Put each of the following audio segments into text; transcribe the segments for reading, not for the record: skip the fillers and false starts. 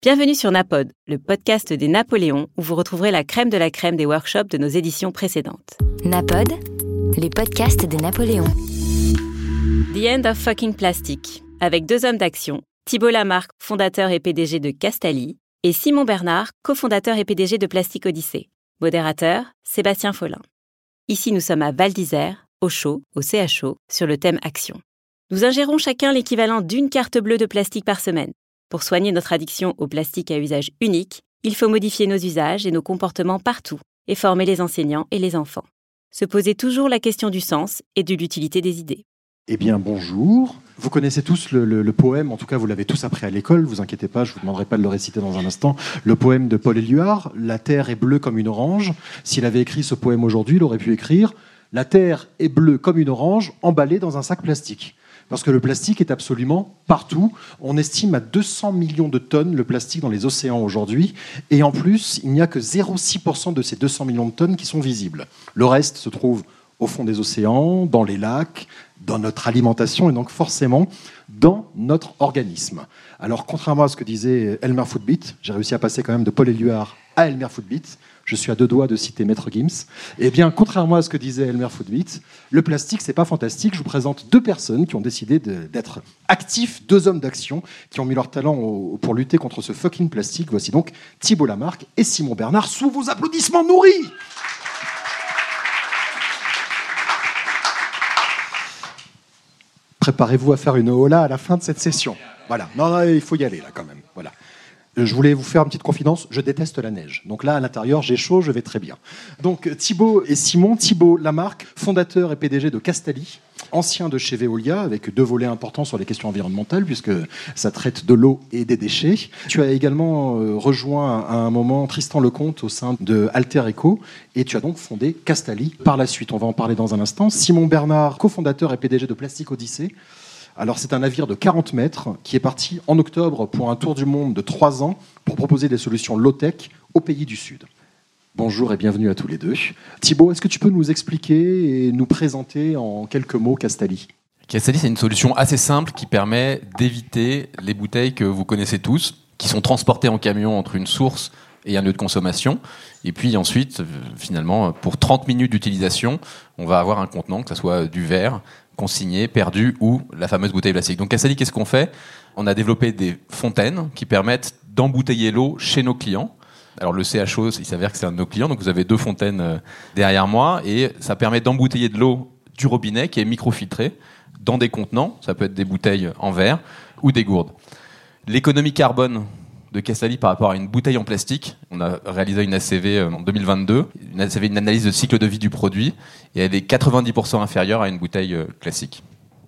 Bienvenue sur Napod, le podcast des Napoléons où vous retrouverez la crème de la crème des workshops de nos éditions précédentes. Napod, les podcasts des Napoléons. The End of Fucking Plastic, avec deux hommes d'action, Thibault Lamarque, fondateur et PDG de Castali, et Simon Bernard, cofondateur et PDG de Plastic Odyssey. Modérateur, Sébastien Follin. Ici, nous sommes à Val d'Isère, au chaud, au CHO, sur le thème Action. Nous ingérons chacun l'équivalent d'une carte bleue de plastique par semaine. Pour soigner notre addiction au plastique à usage unique, il faut modifier nos usages et nos comportements partout et former les enseignants et les enfants. Se poser toujours la question du sens et de l'utilité des idées. Eh bien, bonjour. Vous connaissez tous le poème, en tout cas vous l'avez tous appris à l'école, vous inquiétez pas, je vous demanderai pas de le réciter dans un instant. Le poème de Paul Éluard, « La terre est bleue comme une orange ». S'il avait écrit ce poème aujourd'hui, il aurait pu écrire « La terre est bleue comme une orange emballée dans un sac plastique ». Parce que le plastique est absolument partout. On estime à 200 millions de tonnes le plastique dans les océans aujourd'hui. Et en plus, il n'y a que 0,6% de ces 200 millions de tonnes qui sont visibles. Le reste se trouve au fond des océans, dans les lacs, dans notre alimentation et donc forcément dans notre organisme. Alors, contrairement à ce que disait Elmer Footbeat, j'ai réussi à passer quand même de Paul Éluard à Elmer Footbeat. Je suis à deux doigts de citer Maître Gims. Eh bien, contrairement à ce que disait Elmer Footbeat, le plastique, c'est pas fantastique. Je vous présente deux personnes qui ont décidé d'être actifs, deux hommes d'action, qui ont mis leur talent pour lutter contre ce fucking plastique. Voici donc Thibault Lamarque et Simon Bernard, sous vos applaudissements nourris. Préparez-vous à faire une hola à la fin de cette session. Voilà. Non, il faut y aller, là, quand même. Voilà. Je voulais vous faire une petite confidence, je déteste la neige. Donc là, à l'intérieur, j'ai chaud, je vais très bien. Donc Thibault et Simon, Thibault Lamarque, fondateur et PDG de Castali, ancien de chez Veolia, avec deux volets importants sur les questions environnementales, puisque ça traite de l'eau et des déchets. Tu as également rejoint à un moment Tristan Lecomte au sein de Alter Eco, et tu as donc fondé Castali. Par la suite, on va en parler dans un instant. Simon Bernard, cofondateur et PDG de Plastic Odyssey. Alors c'est un navire de 40 mètres qui est parti en octobre pour un tour du monde de 3 ans pour proposer des solutions low-tech aux pays du Sud. Bonjour et bienvenue à tous les deux. Thibault, est-ce que tu peux nous expliquer et nous présenter en quelques mots Castali ? Castali, c'est une solution assez simple qui permet d'éviter les bouteilles que vous connaissez tous, qui sont transportées en camion entre une source et un lieu de consommation. Et puis ensuite, finalement, pour 30 minutes d'utilisation, on va avoir un contenant, que ce soit du verre, consigné, perdu ou la fameuse bouteille plastique. Donc Castali, qu'est-ce qu'on fait ? On a développé des fontaines qui permettent d'embouteiller l'eau chez nos clients. Alors le CHO, il s'avère que c'est un de nos clients, donc vous avez deux fontaines derrière moi, et ça permet d'embouteiller de l'eau du robinet qui est microfiltrée dans des contenants, ça peut être des bouteilles en verre ou des gourdes. L'économie carbone de Castali par rapport à une bouteille en plastique. On a réalisé une ACV en 2022, une analyse de cycle de vie du produit, et elle est 90% inférieure à une bouteille classique.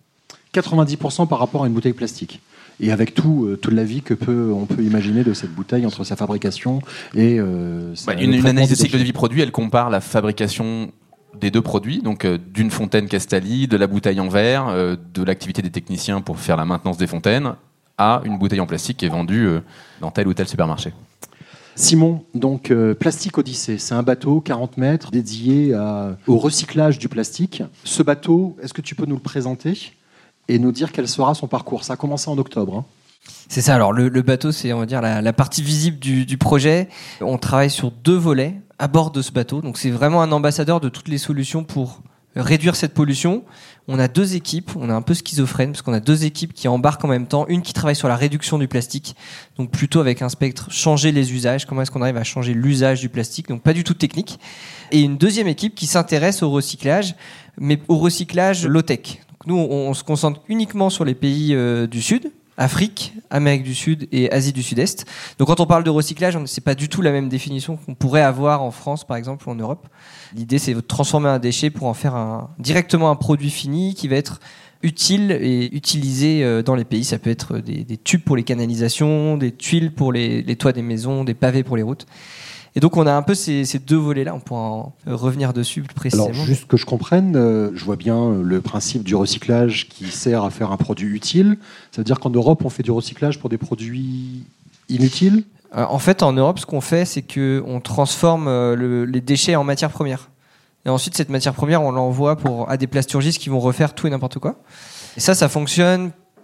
90% par rapport à une bouteille plastique. Et avec toute la vie on peut imaginer de cette bouteille entre sa fabrication et une analyse de cycle de vie produit, elle compare la fabrication des deux produits, donc d'une fontaine Castali, de la bouteille en verre, de l'activité des techniciens pour faire la maintenance des fontaines, à une bouteille en plastique qui est vendue dans tel ou tel supermarché. Simon, donc Plastic Odyssey, c'est un bateau 40 mètres dédié au recyclage du plastique. Ce bateau, est-ce que tu peux nous le présenter et nous dire quel sera son parcours ? Ça a commencé en octobre. Hein. C'est ça, alors le bateau, c'est on va dire la partie visible du projet. On travaille sur 2 volets à bord de ce bateau, donc c'est vraiment un ambassadeur de toutes les solutions pour réduire cette pollution. On a 2 équipes, on est un peu schizophrène parce qu'on a 2 équipes qui embarquent en même temps, une qui travaille sur la réduction du plastique, donc plutôt avec un spectre changer les usages, comment est-ce qu'on arrive à changer l'usage du plastique, donc pas du tout technique, et une deuxième équipe qui s'intéresse au recyclage, mais au recyclage low-tech. Donc nous, on se concentre uniquement sur les pays du Sud, Afrique, Amérique du Sud et Asie du Sud-Est. Donc quand on parle de recyclage, c'est pas du tout la même définition qu'on pourrait avoir en France, par exemple, ou en Europe. L'idée, c'est de transformer un déchet pour en faire directement un produit fini qui va être utile et utilisé dans les pays. Ça peut être des tubes pour les canalisations, des tuiles pour les toits des maisons, des pavés pour les routes. Et donc on a un peu ces 2 volets-là, on pourra en revenir dessus plus précisément. Alors juste que je comprenne, je vois bien le principe du recyclage qui sert à faire un produit utile. Ça veut dire qu'en Europe, on fait du recyclage pour des produits inutiles ? En fait, en Europe, ce qu'on fait, c'est qu'on transforme les déchets en matière première. Et ensuite, cette matière première, on l'envoie à des plasturgistes qui vont refaire tout et n'importe quoi. Et ça fonctionne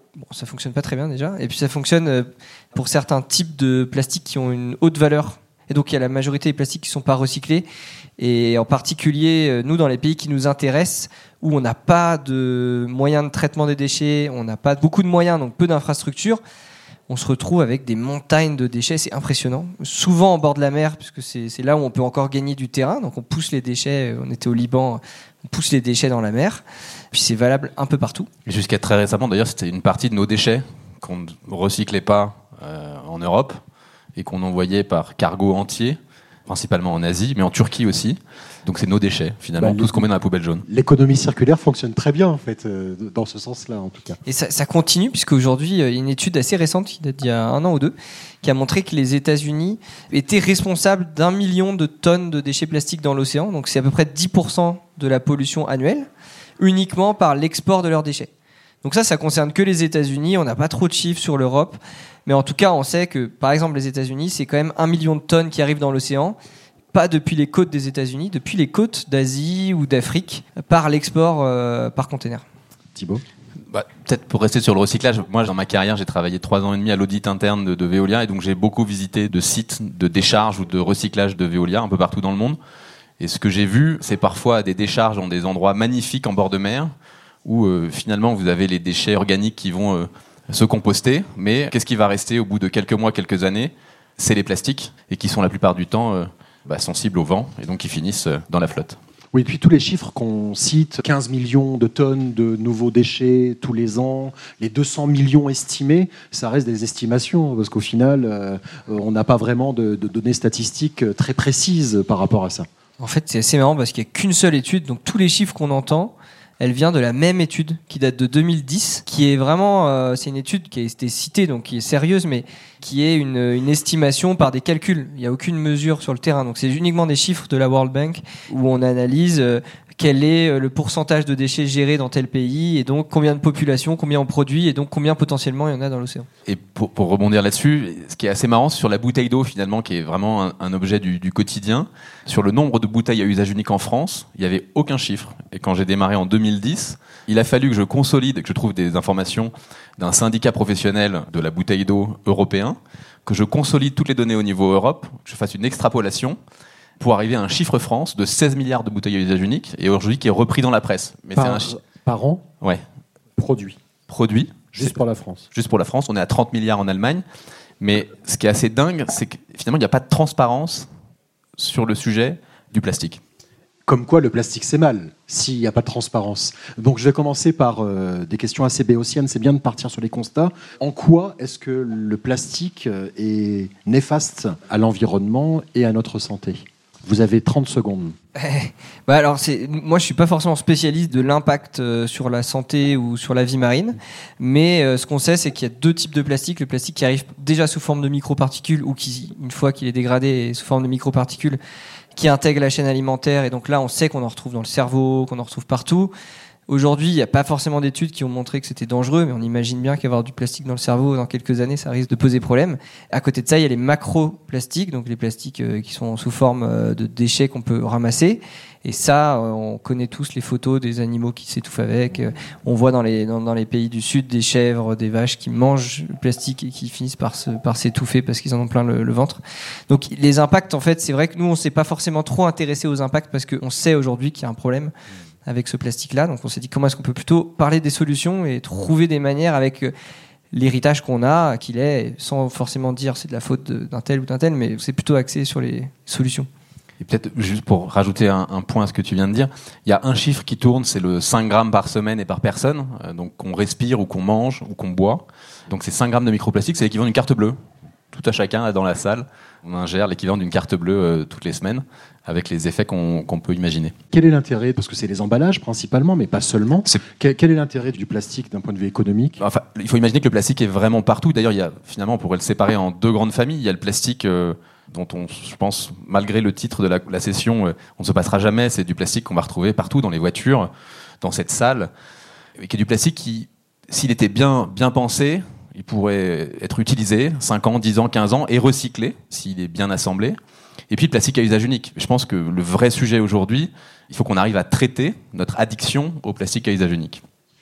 Bon, ça fonctionne pas très bien déjà. Et puis ça fonctionne pour certains types de plastiques qui ont une haute valeur. Et donc il y a la majorité des plastiques qui sont pas recyclés. Et en particulier, nous, dans les pays qui nous intéressent, où on n'a pas de moyens de traitement des déchets, on n'a pas beaucoup de moyens, donc peu d'infrastructures, on se retrouve avec des montagnes de déchets, c'est impressionnant. Souvent en bord de la mer, puisque c'est là où on peut encore gagner du terrain. Donc on pousse les déchets, on était au Liban, on pousse les déchets dans la mer. Puis c'est valable un peu partout. Et jusqu'à très récemment, d'ailleurs, c'était une partie de nos déchets qu'on ne recyclait pas en Europe et qu'on envoyait par cargo entier, principalement en Asie, mais en Turquie aussi. Donc c'est nos déchets, finalement, tout ce qu'on met dans la poubelle jaune. L'économie circulaire fonctionne très bien, en fait, dans ce sens-là, en tout cas. Et ça continue, puisqu'aujourd'hui, il y a une étude assez récente, qui date d'il y a 1 an ou 2, qui a montré que les États-Unis étaient responsables d'1 million de tonnes de déchets plastiques dans l'océan. Donc c'est à peu près 10% de la pollution annuelle, uniquement par l'export de leurs déchets. Donc ça concerne que les États-Unis. On n'a pas trop de chiffres sur l'Europe. Mais en tout cas, on sait que, par exemple, les États-Unis, c'est quand même 1 million de tonnes qui arrivent dans l'océan. Pas depuis les côtes des États-Unis, depuis les côtes d'Asie ou d'Afrique, par l'export par container. Thibaut ? Peut-être pour rester sur le recyclage, moi dans ma carrière j'ai travaillé 3 ans et demi à l'audit interne de Veolia et donc j'ai beaucoup visité de sites de décharge ou de recyclage de Veolia un peu partout dans le monde. Et ce que j'ai vu, c'est parfois des décharges dans des endroits magnifiques en bord de mer où finalement vous avez les déchets organiques qui vont se composter, mais qu'est-ce qui va rester au bout de quelques mois, quelques années ? C'est les plastiques et qui sont la plupart du temps sensibles au vent et donc qui finissent dans la flotte. Oui, et puis tous les chiffres qu'on cite, 15 millions de tonnes de nouveaux déchets tous les ans, les 200 millions estimés, ça reste des estimations, parce qu'au final, on n'a pas vraiment de données statistiques très précises par rapport à ça. En fait, c'est assez marrant parce qu'il n'y a qu'une seule étude, donc tous les chiffres qu'on entend, elle vient de la même étude qui date de 2010, qui est vraiment, c'est une étude qui a été citée, donc qui est sérieuse, mais qui est une estimation par des calculs. Il n'y a aucune mesure sur le terrain, donc c'est uniquement des chiffres de la World Bank où on analyse quel est le pourcentage de déchets gérés dans tel pays et donc combien de population, combien on produit et donc combien potentiellement il y en a dans l'océan. Et pour rebondir là-dessus, ce qui est assez marrant, c'est sur la bouteille d'eau finalement, qui est vraiment un objet du quotidien. Sur le nombre de bouteilles à usage unique en France, il n'y avait aucun chiffre. Et quand j'ai démarré en 2010, il a fallu que je consolide, que je trouve des informations d'un syndicat professionnel de la bouteille d'eau européen, que je consolide toutes les données au niveau Europe, que je fasse une extrapolation pour arriver à un chiffre France de 16 milliards de bouteilles à usage unique et aujourd'hui qui est repris dans la presse. Mais par an ? Ouais. Produit. Juste pour la France. Juste pour la France. On est à 30 milliards en Allemagne. Mais ce qui est assez dingue, c'est que finalement, il n'y a pas de transparence sur le sujet du plastique. Comme quoi le plastique c'est mal, s'il n'y a pas de transparence. Donc je vais commencer par des questions assez béotiennes, c'est bien de partir sur les constats. En quoi est-ce que le plastique est néfaste à l'environnement et à notre santé ? Vous avez 30 secondes. Alors moi je suis pas forcément spécialiste de l'impact sur la santé ou sur la vie marine, mais ce qu'on sait c'est qu'il y a 2 types de plastique. Le plastique qui arrive déjà sous forme de microparticules ou qui, une fois qu'il est dégradé, est sous forme de microparticules qui intègrent la chaîne alimentaire, et donc là on sait qu'on en retrouve dans le cerveau, qu'on en retrouve partout. Aujourd'hui, il n'y a pas forcément d'études qui ont montré que c'était dangereux, mais on imagine bien qu'avoir du plastique dans le cerveau, dans quelques années, ça risque de poser problème. À côté de ça, il y a les macroplastiques, donc les plastiques qui sont sous forme de déchets qu'on peut ramasser. Et ça, on connaît tous les photos des animaux qui s'étouffent avec. On voit dans les pays du Sud des chèvres, des vaches qui mangent le plastique et qui finissent par s'étouffer parce qu'ils en ont plein le ventre. Donc les impacts, en fait, c'est vrai que nous, on ne s'est pas forcément trop intéressé aux impacts parce qu'on sait aujourd'hui qu'il y a un problème avec ce plastique-là. Donc on s'est dit comment est-ce qu'on peut plutôt parler des solutions et trouver des manières avec l'héritage qu'on a, qu'il est, sans forcément dire c'est de la faute d'un tel ou d'un tel, mais c'est plutôt axé sur les solutions. Et peut-être juste pour rajouter un point à ce que tu viens de dire, il y a un chiffre qui tourne, c'est le 5 grammes par semaine et par personne, donc qu'on respire ou qu'on mange ou qu'on boit. Donc c'est 5 grammes de microplastique, c'est l'équivalent d'une carte bleue. Tout à chacun là dans la salle, on ingère l'équivalent d'une carte bleue toutes les semaines, avec les effets qu'on peut imaginer. Quel est l'intérêt ? Parce que c'est les emballages principalement, mais pas seulement. Quel est l'intérêt du plastique d'un point de vue économique ? Enfin, il faut imaginer que le plastique est vraiment partout. D'ailleurs, finalement, on pourrait le séparer en 2 grandes familles. Il y a le plastique dont je pense, malgré le titre de la session, on ne se passera jamais. C'est du plastique qu'on va retrouver partout, dans les voitures, dans cette salle. Et qui est du plastique qui, s'il était bien pensé, il pourrait être utilisé 5 ans, 10 ans, 15 ans et recyclé, s'il est bien assemblé. Et puis le plastique à usage unique. Je pense que le vrai sujet aujourd'hui, il faut qu'on arrive à traiter notre addiction au plastique à usage unique.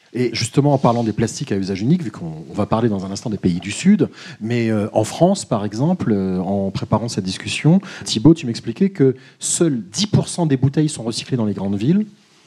Et justement, en parlant des plastiques à usage unique, vu qu'on va parler dans un instant des pays du Sud, mais en France, par exemple, en préparant cette discussion, Thibaut, tu m'expliquais que seuls 10% des bouteilles sont recyclées dans les grandes villes,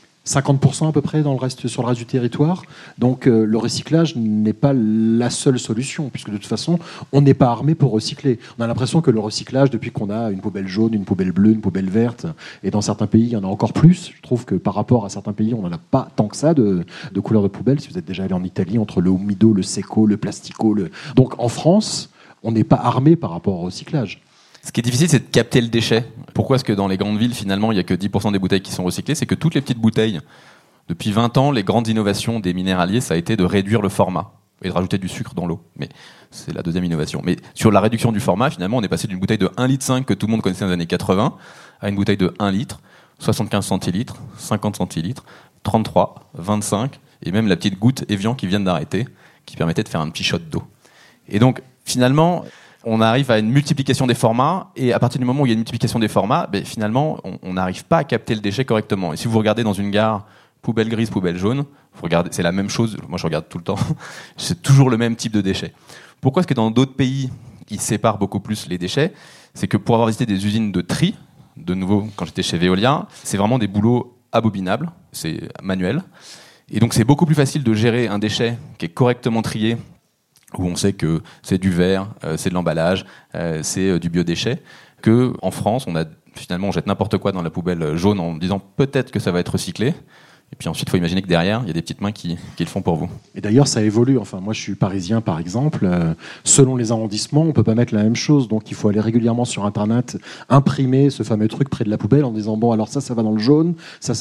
50% à peu près sur le reste du territoire. Donc le recyclage n'est pas la seule solution, puisque de toute façon, on n'est pas armé pour recycler. On a l'impression que le recyclage, depuis qu'on a une poubelle jaune, une poubelle bleue, une poubelle verte, et dans certains pays, il y en a encore plus. Je trouve que par rapport à certains pays, on n'en a pas tant que ça de couleurs de poubelle. Si vous êtes déjà allé en Italie, entre le humido, le secco, le plastico... Donc en France, on n'est pas armé par rapport au recyclage. Ce qui est difficile, c'est de capter le déchet. Pourquoi est-ce que dans les grandes villes, finalement, il n'y a que 10% des bouteilles qui sont recyclées ? C'est que toutes les petites bouteilles, depuis 20 ans, les grandes innovations des minéraliers, ça a été de réduire le format et de rajouter du sucre dans l'eau. Mais c'est la deuxième innovation. Mais sur la réduction du format, finalement, on est passé d'une bouteille de 1,5 litre que tout le monde connaissait dans les années 80 à une bouteille de 1 litre, 75 centilitres, 50 centilitres, 33, 25 et même la petite goutte Evian qui vient d'arrêter, qui permettait de faire un petit shot d'eau. Et donc, finalement, on arrive à une multiplication des formats, et à partir du moment où il y a une multiplication des formats, finalement, on n'arrive pas à capter le déchet correctement. Et si vous regardez dans une gare, poubelle grise, poubelle jaune, vous regardez, c'est la même chose, moi je regarde tout le temps, c'est toujours le même type de déchets. Pourquoi est-ce que dans d'autres pays, ils séparent beaucoup plus les déchets ? C'est que pour avoir visité des usines de tri, de nouveau, quand j'étais chez Veolia, c'est vraiment des boulots abominables, c'est manuel, et donc c'est beaucoup plus facile de gérer un déchet qui est correctement trié, où on sait que c'est du verre, c'est de l'emballage, c'est du biodéchet, qu'en France, on jette n'importe quoi dans la poubelle jaune en disant peut-être que ça va être recyclé. Et puis ensuite, il faut imaginer que derrière, il y a des petites mains qui le font pour vous. Et d'ailleurs, ça évolue. Enfin, moi, je suis parisien, par exemple. Selon les arrondissements, on ne peut pas mettre la même chose. Donc, il faut aller régulièrement sur Internet, imprimer ce fameux truc près de la poubelle en disant, bon, alors ça va dans le jaune,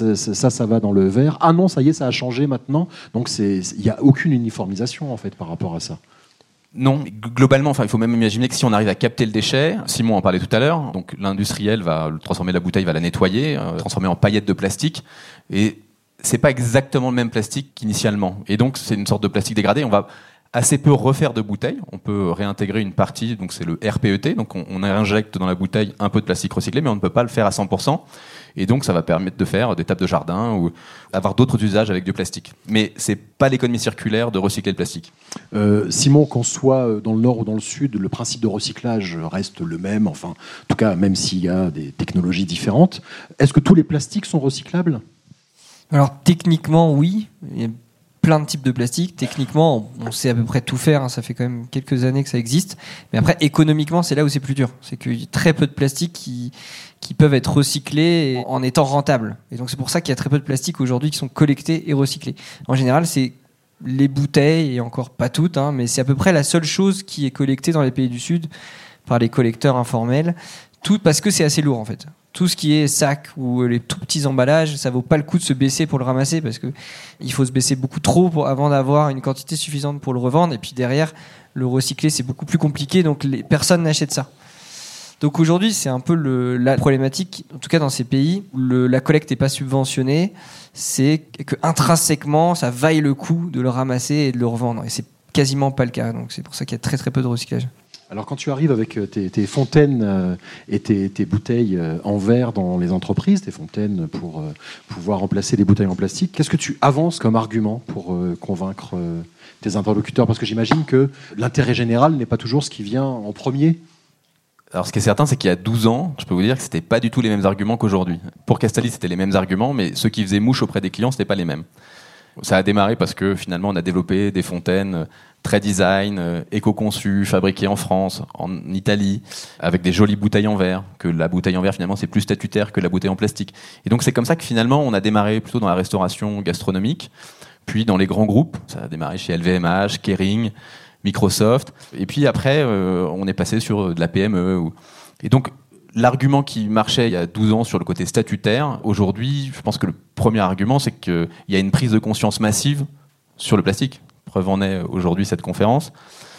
ça va dans le vert. Ah non, ça y est, ça a changé maintenant. Donc, il n'y a aucune uniformisation, en fait, par rapport à ça. Non, globalement, il faut même imaginer que si on arrive à capter le déchet, Simon en parlait tout à l'heure, donc l'industriel va transformer la bouteille, va la nettoyer, transformer en paillettes de plastique, et c'est pas exactement le même plastique qu'initialement. Et donc, c'est une sorte de plastique dégradé. On va assez peu refaire de bouteilles. On peut réintégrer une partie, donc c'est le RPET. Donc, on injecte dans la bouteille un peu de plastique recyclé, mais on ne peut pas le faire à 100%. Et donc, ça va permettre de faire des tables de jardin ou avoir d'autres usages avec du plastique. Mais c'est pas l'économie circulaire de recycler le plastique. Simon, qu'on soit dans le nord ou dans le sud, le principe de recyclage reste le même. Enfin, en tout cas, même s'il y a des technologies différentes. Est-ce que tous les plastiques sont recyclables ? Alors techniquement oui, il y a plein de types de plastique. Techniquement on sait à peu près tout faire, hein. Ça fait quand même quelques années que ça existe. Mais après économiquement c'est là où c'est plus dur. C'est qu'il y a très peu de plastiques qui peuvent être recyclés en étant rentables. Et donc c'est pour ça qu'il y a très peu de plastiques aujourd'hui qui sont collectés et recyclés. En général c'est les bouteilles, et encore pas toutes, hein, mais c'est à peu près la seule chose qui est collectée dans les pays du Sud par les collecteurs informels. Tout parce que c'est assez lourd en fait. Tout ce qui est sac ou les tout petits emballages, ça vaut pas le coup de se baisser pour le ramasser parce que il faut se baisser beaucoup trop avant d'avoir une quantité suffisante pour le revendre. Et puis derrière, le recycler, c'est beaucoup plus compliqué, donc personne n'achète ça. Donc aujourd'hui, c'est un peu la problématique, en tout cas dans ces pays où la collecte n'est pas subventionnée, c'est que intrinsèquement, ça vaille le coup de le ramasser et de le revendre. Et c'est quasiment pas le cas. Donc c'est pour ça qu'il y a très très peu de recyclage. Alors quand tu arrives avec tes fontaines et tes bouteilles en verre dans les entreprises, tes fontaines pour pouvoir remplacer les bouteilles en plastique, qu'est-ce que tu avances comme argument pour convaincre tes interlocuteurs ? Parce que j'imagine que l'intérêt général n'est pas toujours ce qui vient en premier. Alors ce qui est certain, c'est qu'il y a 12 ans, je peux vous dire que c'était pas du tout les mêmes arguments qu'aujourd'hui. Pour Castalli, c'était les mêmes arguments, mais ceux qui faisaient mouche auprès des clients, c'était pas les mêmes. Ça a démarré parce que finalement on a développé des fontaines très design, éco-conçues, fabriquées en France, en Italie, avec des jolies bouteilles en verre, que la bouteille en verre finalement c'est plus statutaire que la bouteille en plastique. Et donc c'est comme ça que finalement on a démarré plutôt dans la restauration gastronomique, puis dans les grands groupes, ça a démarré chez LVMH, Kering, Microsoft, et puis après on est passé sur de la PME. Et donc l'argument qui marchait il y a 12 ans sur le côté statutaire, aujourd'hui, je pense que le premier argument, c'est qu'il y a une prise de conscience massive sur le plastique. Preuve en est aujourd'hui cette conférence.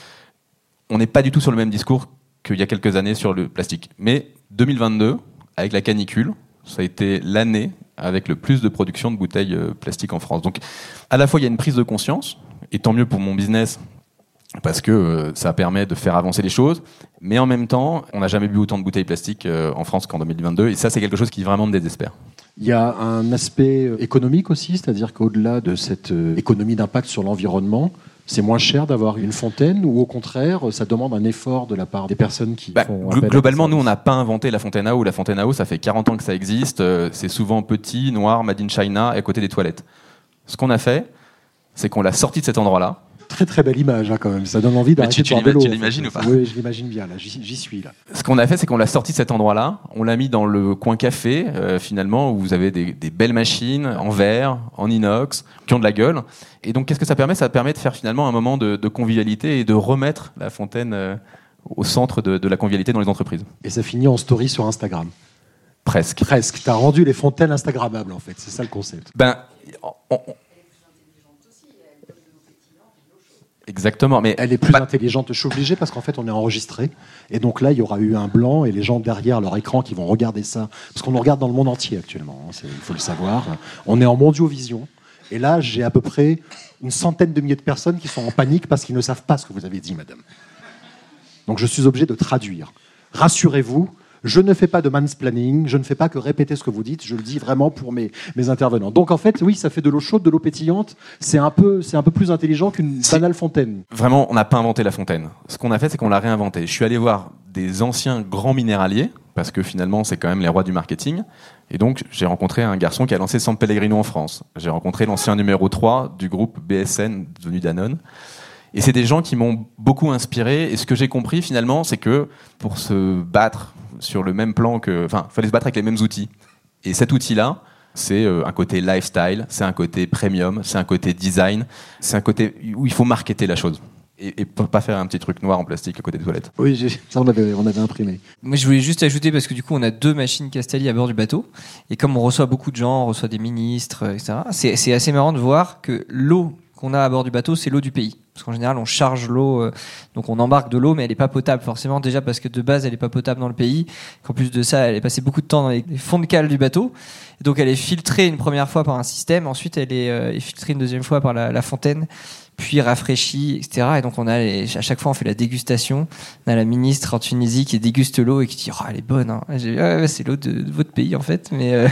On n'est pas du tout sur le même discours qu'il y a quelques années sur le plastique. Mais 2022, avec la canicule, ça a été l'année avec le plus de production de bouteilles plastiques en France. Donc, à la fois, il y a une prise de conscience, et tant mieux pour mon business, parce que ça permet de faire avancer les choses, mais en même temps, on n'a jamais bu autant de bouteilles plastiques en France qu'en 2022, et ça, c'est quelque chose qui vraiment me désespère. Il y a un aspect économique aussi, c'est-à-dire qu'au-delà de cette économie d'impact sur l'environnement, c'est moins cher d'avoir une fontaine ou au contraire, ça demande un effort de la part des personnes qui font appel globalement, à nous, on n'a pas inventé la fontaine à eau. La fontaine à eau, ça fait 40 ans que ça existe. C'est souvent petit, noir, made in China, et à côté des toilettes. Ce qu'on a fait, c'est qu'on l'a sorti de cet endroit-là. Très très belle image quand même, ça donne envie d'arrêter de boire de l'eau. Tu l'imagines ou pas ? Oui, je l'imagine bien, là. J'y suis là. Ce qu'on a fait, c'est qu'on l'a sorti de cet endroit-là, on l'a mis dans le coin café, finalement, où vous avez des belles machines en verre, en inox, qui ont de la gueule. Et donc, qu'est-ce que ça permet ? Ça permet de faire finalement un moment de convivialité et de remettre la fontaine au centre de la convivialité dans les entreprises. Et ça finit en story sur Instagram. Presque. Presque. T'as rendu les fontaines Instagrammables, en fait. C'est ça le concept. Exactement, mais elle est plus intelligente. Je suis obligé parce qu'en fait, on est enregistré. Et donc là, il y aura eu un blanc et les gens derrière leur écran qui vont regarder ça. Parce qu'on nous regarde dans le monde entier actuellement. Il faut le savoir. On est en mondiovision. Et là, j'ai à peu près une centaine de milliers de personnes qui sont en panique parce qu'ils ne savent pas ce que vous avez dit, madame. Donc je suis obligé de traduire. Rassurez-vous, je ne fais pas de mansplaining, je ne fais pas que répéter ce que vous dites, je le dis vraiment pour mes intervenants. Donc en fait, oui, ça fait de l'eau chaude, de l'eau pétillante, c'est un peu plus intelligent qu'une banale fontaine. Vraiment, on n'a pas inventé la fontaine. Ce qu'on a fait, c'est qu'on l'a réinventée. Je suis allé voir des anciens grands minéraliers, parce que finalement, c'est quand même les rois du marketing. Et donc, j'ai rencontré un garçon qui a lancé San Pellegrino en France. J'ai rencontré l'ancien numéro 3 du groupe BSN, devenu Danone. Et c'est des gens qui m'ont beaucoup inspiré. Et ce que j'ai compris, finalement, c'est que pour se battre sur le même plan fallait se battre avec les mêmes outils. Et cet outil-là, c'est un côté lifestyle, c'est un côté premium, c'est un côté design, c'est un côté où il faut marketer la chose. Et pas faire un petit truc noir en plastique à côté des toilettes. Oui, ça on avait imprimé. Moi je voulais juste ajouter, parce que du coup on a 2 machines Castelli à bord du bateau, et comme on reçoit beaucoup de gens, on reçoit des ministres, etc., c'est assez marrant de voir que l'eau qu'on a à bord du bateau, c'est l'eau du pays. Parce qu'en général, on charge l'eau, donc on embarque de l'eau, mais elle n'est pas potable forcément, déjà parce que de base, elle n'est pas potable dans le pays, qu'en plus de ça, elle est passée beaucoup de temps dans les fonds de cale du bateau, et donc elle est filtrée une première fois par un système, ensuite elle est filtrée une deuxième fois par la fontaine, puis rafraîchie, etc. Et donc à chaque fois, on fait la dégustation. On a la ministre en Tunisie qui déguste l'eau et qui dit « Oh, elle est bonne hein. ». J'ai dit « c'est l'eau de votre pays en fait ». Mais...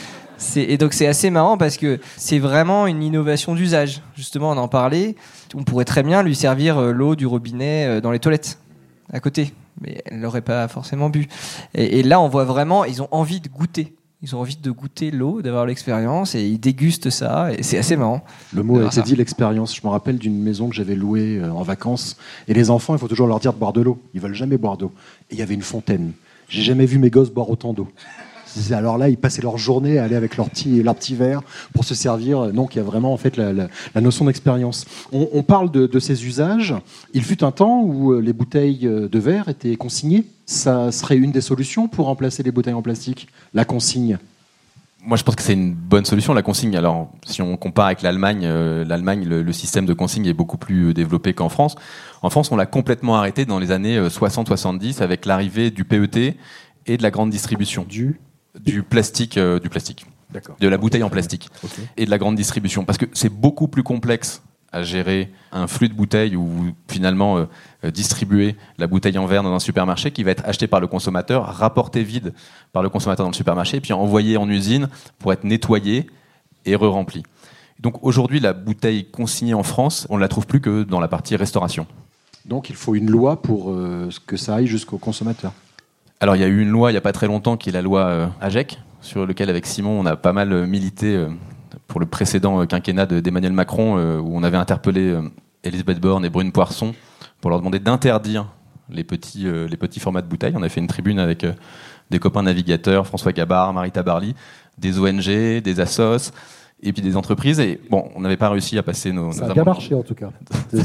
Et donc c'est assez marrant parce que c'est vraiment une innovation d'usage. Justement, on en parlait. On pourrait très bien lui servir l'eau du robinet dans les toilettes à côté, mais elle l'aurait pas forcément bu. Et là, on voit vraiment, ils ont envie de goûter. Ils ont envie de goûter l'eau, d'avoir l'expérience, et ils dégustent ça. Et c'est assez marrant. Le mot a été dit, l'expérience. Je me rappelle d'une maison que j'avais louée en vacances. Et les enfants, il faut toujours leur dire de boire de l'eau. Ils veulent jamais boire d'eau. Et il y avait une fontaine. J'ai jamais vu mes gosses boire autant d'eau. Alors là, ils passaient leur journée à aller avec leur petit verre pour se servir. Donc, il y a vraiment en fait la notion d'expérience. On parle de ces usages. Il fut un temps où les bouteilles de verre étaient consignées. Ça serait une des solutions pour remplacer les bouteilles en plastique, la consigne. Moi, je pense que c'est une bonne solution, la consigne. Alors, si on compare avec l'Allemagne, le système de consigne est beaucoup plus développé qu'en France. En France, on l'a complètement arrêté dans les années 60-70 avec l'arrivée du PET et de la grande distribution. Du plastique. D'accord. De la bouteille en plastique. Okay. Et de la grande distribution. Parce que c'est beaucoup plus complexe à gérer un flux de bouteilles ou finalement distribuer la bouteille en verre dans un supermarché qui va être acheté par le consommateur, rapporté vide par le consommateur dans le supermarché, puis envoyé en usine pour être nettoyé et re-rempli. Donc aujourd'hui, la bouteille consignée en France, on ne la trouve plus que dans la partie restauration. Donc il faut une loi pour que ça aille jusqu'au consommateur. Alors il y a eu une loi il n'y a pas très longtemps qui est la loi AGEC, sur laquelle avec Simon on a pas mal milité pour le précédent quinquennat d'Emmanuel Macron, où on avait interpellé Elisabeth Borne et Brune Poirson pour leur demander d'interdire les petits formats de bouteilles. On a fait une tribune avec des copains navigateurs, François Gabard, Marita Barly, des ONG, des assos, et puis des entreprises. Et bon, on n'avait pas réussi à passer nos amendements. Ça a bien marché en tout cas.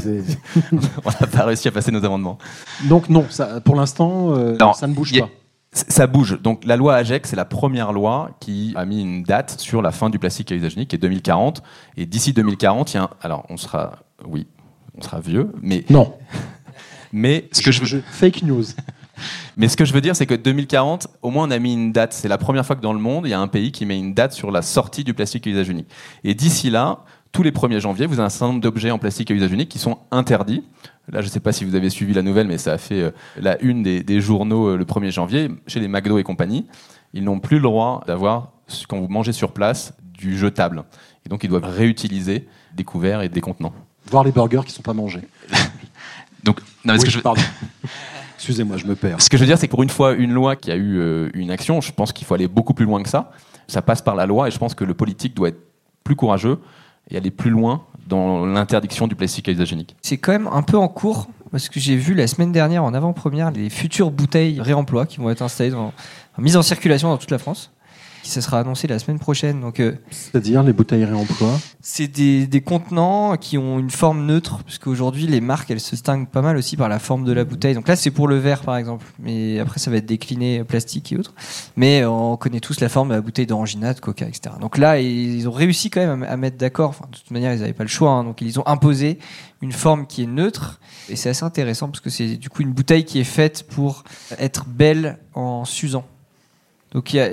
On n'a pas réussi à passer nos amendements. Donc non, ça, pour l'instant, ça ne bouge pas. Ça bouge. Donc la loi AGEC, c'est la première loi qui a mis une date sur la fin du plastique à usage unique, qui est 2040. Et d'ici 2040, alors on sera vieux, mais non. Mais fake news. Mais ce que je veux dire, c'est que 2040, au moins on a mis une date. C'est la première fois que dans le monde, il y a un pays qui met une date sur la sortie du plastique à usage unique. Et d'ici là, tous les 1er janvier, vous avez un certain nombre d'objets en plastique à usage unique qui sont interdits. Là, je ne sais pas si vous avez suivi la nouvelle, mais ça a fait la une des journaux le 1er janvier. Chez les McDo et compagnie, ils n'ont plus le droit d'avoir, quand vous mangez sur place, du jetable. Et donc, ils doivent réutiliser des couverts et des contenants. Voir les burgers qui ne sont pas mangés. Donc, non, mais pardon. Excusez-moi, je me perds. Ce que je veux dire, c'est que pour une fois, une loi qui a eu une action, je pense qu'il faut aller beaucoup plus loin que ça. Ça passe par la loi et je pense que le politique doit être plus courageux et aller plus loin dans l'interdiction du plastique à usage unique. C'est quand même un peu en cours, parce que j'ai vu la semaine dernière, en avant-première, les futures bouteilles réemploi qui vont être installées, mises en circulation dans toute la France. Ça sera annoncé la semaine prochaine. Donc, c'est-à-dire les bouteilles réemploi ? C'est des contenants qui ont une forme neutre, parce qu'aujourd'hui les marques elles se distinguent pas mal aussi par la forme de la bouteille. Donc là c'est pour le verre par exemple, mais après ça va être décliné plastique et autres. Mais on connaît tous la forme de la bouteille d'Orangina, de Coca, etc. Donc là ils ont réussi quand même à mettre d'accord. Enfin, de toute manière ils n'avaient pas le choix, hein. Donc ils ont imposé une forme qui est neutre et c'est assez intéressant parce que c'est du coup une bouteille qui est faite pour être belle en s'usant. Donc il y a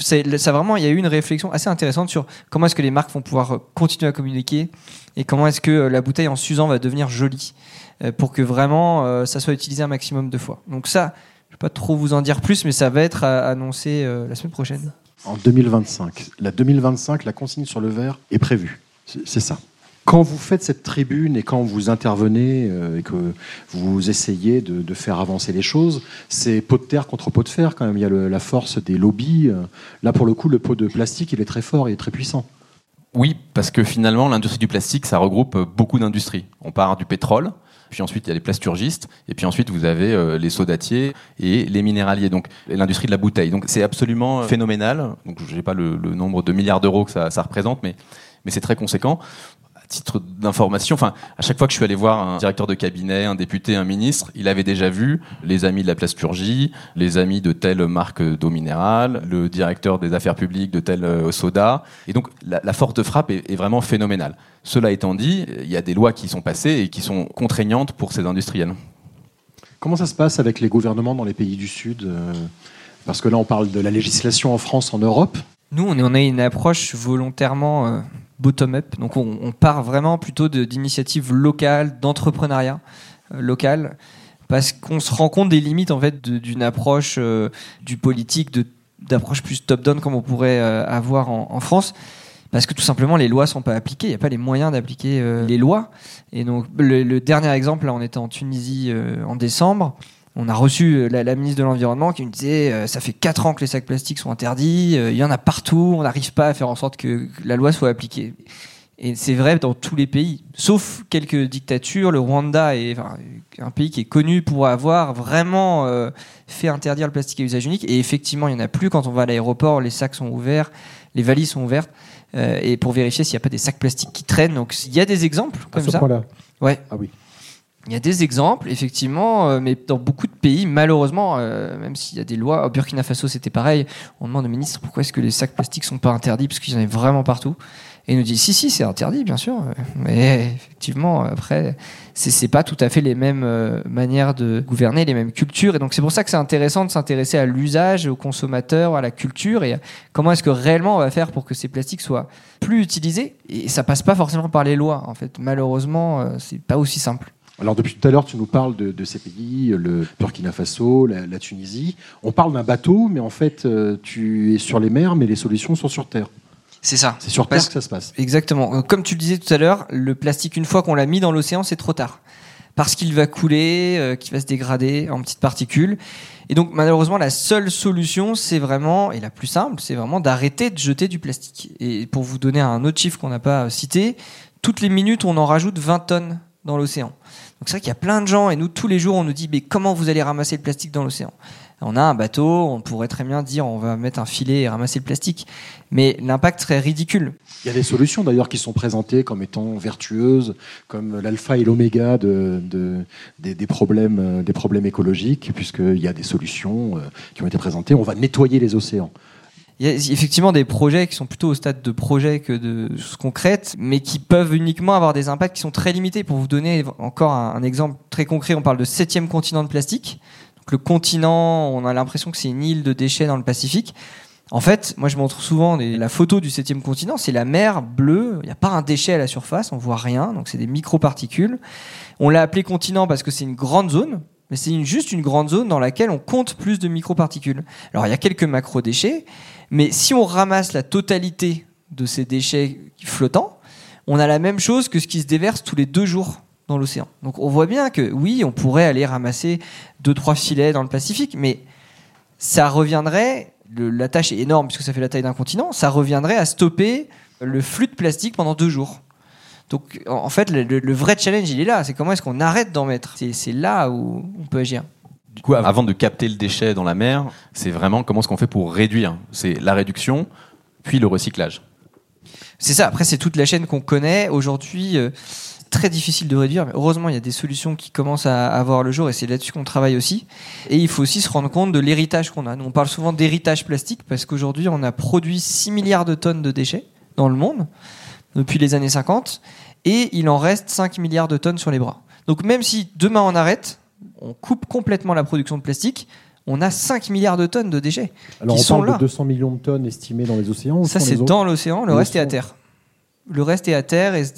eu une réflexion assez intéressante sur comment est-ce que les marques vont pouvoir continuer à communiquer et comment est-ce que la bouteille en s'usant va devenir jolie pour que vraiment ça soit utilisé un maximum de fois. Donc ça, je ne vais pas trop vous en dire plus, mais ça va être annoncé la semaine prochaine. En 2025. La 2025, la consigne sur le verre est prévue. C'est ça. Quand vous faites cette tribune et quand vous intervenez et que vous essayez de faire avancer les choses, c'est pot de terre contre pot de fer quand même. Il y a la force des lobbies. Là, pour le coup, le pot de plastique, il est très fort, il est très puissant. Oui, parce que finalement, l'industrie du plastique, ça regroupe beaucoup d'industries. On part du pétrole, puis ensuite il y a les plasturgistes, et puis ensuite vous avez les sodatiers et les minéraliers, donc l'industrie de la bouteille. Donc c'est absolument phénoménal. Donc je n'ai pas le nombre de milliards d'euros que ça représente, mais c'est très conséquent. À titre d'information, à chaque fois que je suis allé voir un directeur de cabinet, un député, un ministre, il avait déjà vu les amis de la plasturgie, les amis de telle marque d'eau minérale, le directeur des affaires publiques de tel soda. Et donc, la force de frappe est vraiment phénoménale. Cela étant dit, il y a des lois qui sont passées et qui sont contraignantes pour ces industriels. Comment ça se passe avec les gouvernements dans les pays du Sud ? Parce que là, on parle de la législation en France, en Europe. Nous, on a une approche volontairement bottom-up. Donc, on part vraiment plutôt d'initiatives locales, d'entrepreneuriat local, parce qu'on se rend compte des limites en fait d'une approche du politique, d'approche plus top-down comme on pourrait avoir en France. Parce que tout simplement, les lois sont pas appliquées. Il n'y a pas les moyens d'appliquer les lois. Et donc, le dernier exemple, là, on était en Tunisie en décembre. On a reçu la ministre de l'Environnement qui nous disait ça fait 4 ans que les sacs plastiques sont interdits, il y en a partout, on n'arrive pas à faire en sorte que la loi soit appliquée. Et c'est vrai dans tous les pays, sauf quelques dictatures. Le Rwanda est un pays qui est connu pour avoir vraiment fait interdire le plastique à usage unique. Et effectivement, il n'y en a plus. Quand on va à l'aéroport, les sacs sont ouverts, les valises sont ouvertes, et pour vérifier s'il n'y a pas des sacs plastiques qui traînent. Donc il y a des exemples comme ça. À ce point-là. Ouais. Ah oui. Il y a des exemples, effectivement, mais dans beaucoup de pays, malheureusement, même s'il y a des lois, au Burkina Faso c'était pareil, on demande au ministre pourquoi est-ce que les sacs plastiques sont pas interdits, parce qu'il y en a vraiment partout. Et il nous dit si c'est interdit bien sûr, mais effectivement après c'est pas tout à fait les mêmes manières de gouverner, les mêmes cultures, et donc c'est pour ça que c'est intéressant de s'intéresser à l'usage, aux consommateurs, à la culture, et à comment est-ce que réellement on va faire pour que ces plastiques soient plus utilisés. Et ça passe pas forcément par les lois en fait, malheureusement c'est pas aussi simple. Alors depuis tout à l'heure, tu nous parles de ces pays, le Burkina Faso, la Tunisie. On parle d'un bateau, mais en fait, tu es sur les mers, mais les solutions sont sur terre. C'est ça. C'est sur terre que ça se passe. Exactement. Comme tu le disais tout à l'heure, le plastique, une fois qu'on l'a mis dans l'océan, c'est trop tard. Parce qu'il va couler, qu'il va se dégrader en petites particules. Et donc, malheureusement, la seule solution, c'est vraiment, et la plus simple, c'est vraiment d'arrêter de jeter du plastique. Et pour vous donner un autre chiffre qu'on n'a pas cité, toutes les minutes, on en rajoute 20 tonnes dans l'océan. Donc c'est vrai qu'il y a plein de gens, et nous tous les jours on nous dit mais comment vous allez ramasser le plastique dans l'océan ? On a un bateau, on pourrait très bien dire on va mettre un filet et ramasser le plastique, mais l'impact serait ridicule. Il y a des solutions d'ailleurs qui sont présentées comme étant vertueuses, comme l'alpha et l'oméga des problèmes écologiques, puisqu'il y a des solutions qui ont été présentées. On va nettoyer les océans. Il y a effectivement des projets qui sont plutôt au stade de projet que de choses concrètes, mais qui peuvent uniquement avoir des impacts qui sont très limités. Pour vous donner encore un exemple très concret, on parle de 7e continent de plastique. Donc le continent, on a l'impression que c'est une île de déchets dans le Pacifique. En fait, moi je montre souvent la photo du 7e continent, c'est la mer bleue, il n'y a pas un déchet à la surface, on voit rien, donc c'est des microparticules. On l'a appelé continent parce que c'est une grande zone, mais c'est juste une grande zone dans laquelle on compte plus de microparticules. Alors il y a quelques macro-déchets, mais si on ramasse la totalité de ces déchets flottants, on a la même chose que ce qui se déverse tous les 2 jours dans l'océan. Donc on voit bien que oui, on pourrait aller ramasser 2-3 filets dans le Pacifique, mais ça reviendrait... La tâche est énorme puisque ça fait la taille d'un continent, ça reviendrait à stopper le flux de plastique pendant 2 jours. Donc en fait le vrai challenge il est là, c'est comment est-ce qu'on arrête d'en mettre, c'est là où on peut agir. Du coup, avant de capter le déchet dans la mer, c'est vraiment comment est-ce qu'on fait pour réduire. C'est la réduction, puis le recyclage. C'est ça, après c'est toute la chaîne qu'on connaît aujourd'hui. Très difficile de réduire, mais heureusement il y a des solutions qui commencent à avoir le jour et c'est là-dessus qu'on travaille aussi. Et il faut aussi se rendre compte de l'héritage qu'on a. Nous, on parle souvent d'héritage plastique parce qu'aujourd'hui on a produit 6 milliards de tonnes de déchets dans le monde depuis les années 50 et il en reste 5 milliards de tonnes sur les bras. Donc même si demain on arrête, on coupe complètement la production de plastique, on a 5 milliards de tonnes de déchets. Alors qui on sont parle là. de 200 millions de tonnes estimées dans les océans. Ça c'est dans l'océan, le reste est à terre. Le reste est à terre et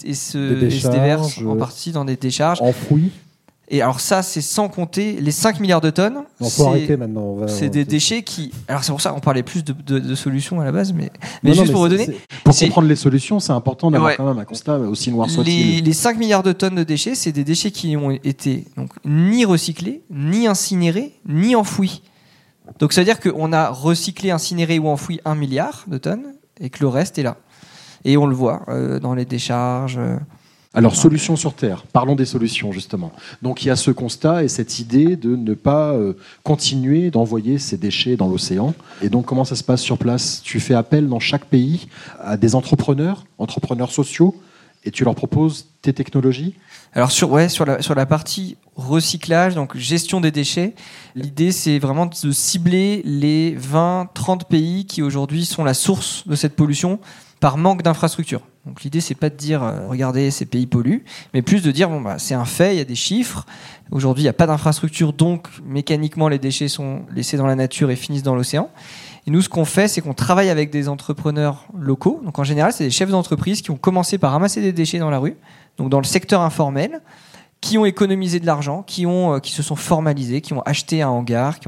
se déverse en partie dans des décharges. Enfouis. Et alors ça, c'est sans compter les 5 milliards de tonnes. Il faut arrêter maintenant. C'est des déchets qui... Alors c'est pour ça qu'on parlait plus de solutions à la base, mais juste pour redonner... Pour comprendre les solutions, c'est important d'avoir quand même un constat aussi noir soit-il. Les 5 milliards de tonnes de déchets, c'est des déchets qui ont été donc, ni recyclés, ni incinérés, ni enfouis. Donc ça veut dire qu'on a recyclé, incinéré ou enfoui 1 milliard de tonnes et que le reste est là. Et on le voit dans les décharges. Alors, solutions sur Terre. Parlons des solutions, justement. Donc, il y a ce constat et cette idée de ne pas continuer d'envoyer ces déchets dans l'océan. Et donc, comment ça se passe sur place ? Tu fais appel dans chaque pays à des entrepreneurs sociaux, et tu leur proposes tes technologies ? Alors, sur la partie recyclage, donc gestion des déchets, l'idée, c'est vraiment de cibler les 20-30 pays qui, aujourd'hui, sont la source de cette pollution par manque d'infrastructures. Donc l'idée, c'est pas de dire regardez, ces pays polluent, mais plus de dire c'est un fait, il y a des chiffres. Aujourd'hui, il n'y a pas d'infrastructure, donc mécaniquement les déchets sont laissés dans la nature et finissent dans l'océan. Et nous, ce qu'on fait, c'est qu'on travaille avec des entrepreneurs locaux. Donc en général, c'est des chefs d'entreprise qui ont commencé par ramasser des déchets dans la rue, donc dans le secteur informel, qui ont économisé de l'argent, qui se sont formalisés, qui ont acheté un hangar,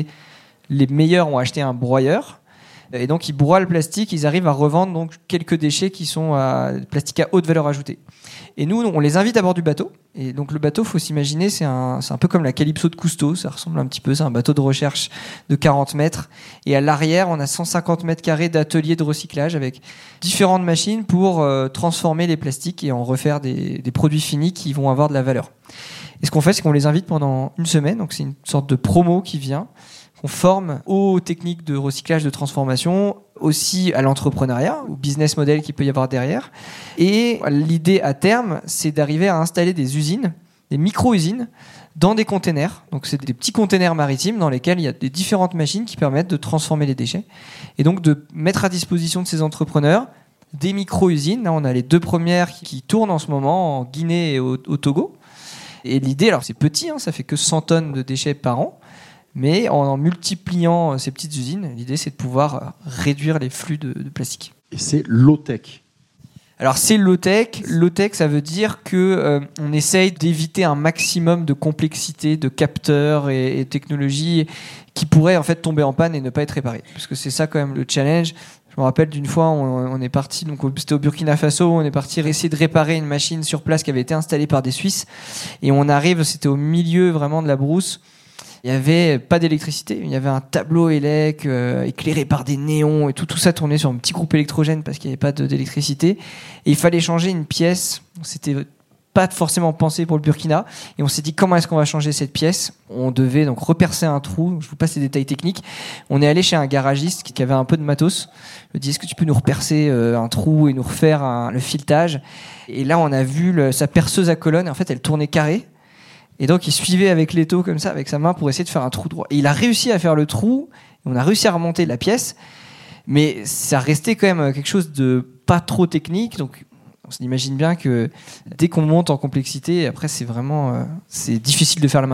les meilleurs ont acheté un broyeur. Et donc ils broient le plastique, ils arrivent à revendre donc quelques déchets qui sont plastique à haute valeur ajoutée. Et nous, on les invite à bord du bateau. Et donc le bateau, faut s'imaginer, c'est un peu comme la Calypso de Cousteau, ça ressemble un petit peu, c'est un bateau de recherche de 40 mètres. Et à l'arrière, on a 150 mètres carrés d'ateliers de recyclage avec différentes machines pour transformer les plastiques et en refaire des produits finis qui vont avoir de la valeur. Et ce qu'on fait, c'est qu'on les invite pendant une semaine, donc c'est une sorte de promo qui vient. On forme aux techniques de recyclage, de transformation, aussi à l'entrepreneuriat, au business model qu'il peut y avoir derrière. Et l'idée à terme, c'est d'arriver à installer des usines, des micro-usines, dans des containers. Donc c'est des petits containers maritimes dans lesquels il y a des différentes machines qui permettent de transformer les déchets. Et donc de mettre à disposition de ces entrepreneurs des micro-usines. Là, on a les 2 premières qui tournent en ce moment en Guinée et au Togo. Et l'idée, alors c'est petit, ça fait que 100 tonnes de déchets par an. Mais en multipliant ces petites usines, l'idée c'est de pouvoir réduire les flux de plastique. Et c'est low-tech. Alors c'est low-tech. Low-tech, ça veut dire que on essaye d'éviter un maximum de complexité, de capteurs et technologies qui pourraient en fait tomber en panne et ne pas être réparées. Parce que c'est ça quand même le challenge. Je me rappelle d'une fois, on est parti, donc c'était au Burkina Faso, on est parti essayer de réparer une machine sur place qui avait été installée par des Suisses. Et on arrive, c'était au milieu vraiment de la brousse. Il n'y avait pas d'électricité, il y avait un tableau élec éclairé par des néons et tout ça tournait sur un petit groupe électrogène parce qu'il n'y avait pas d'électricité. Et il fallait changer une pièce, c'était pas forcément pensé pour le Burkina. Et on s'est dit comment est-ce qu'on va changer cette pièce. On devait donc repercer un trou, je vous passe les détails techniques. On est allé chez un garagiste qui avait un peu de matos. Je lui ai dit est-ce que tu peux nous repercer un trou et nous refaire le filetage. Et là on a vu sa perceuse à colonne, en fait elle tournait carré. Et donc il suivait avec l'étau comme ça, avec sa main pour essayer de faire un trou droit. Et il a réussi à faire le trou, et on a réussi à remonter la pièce, mais ça restait quand même quelque chose de pas trop technique. Donc on s'imagine bien que dès qu'on monte en complexité, après c'est vraiment c'est difficile de faire la maintenance.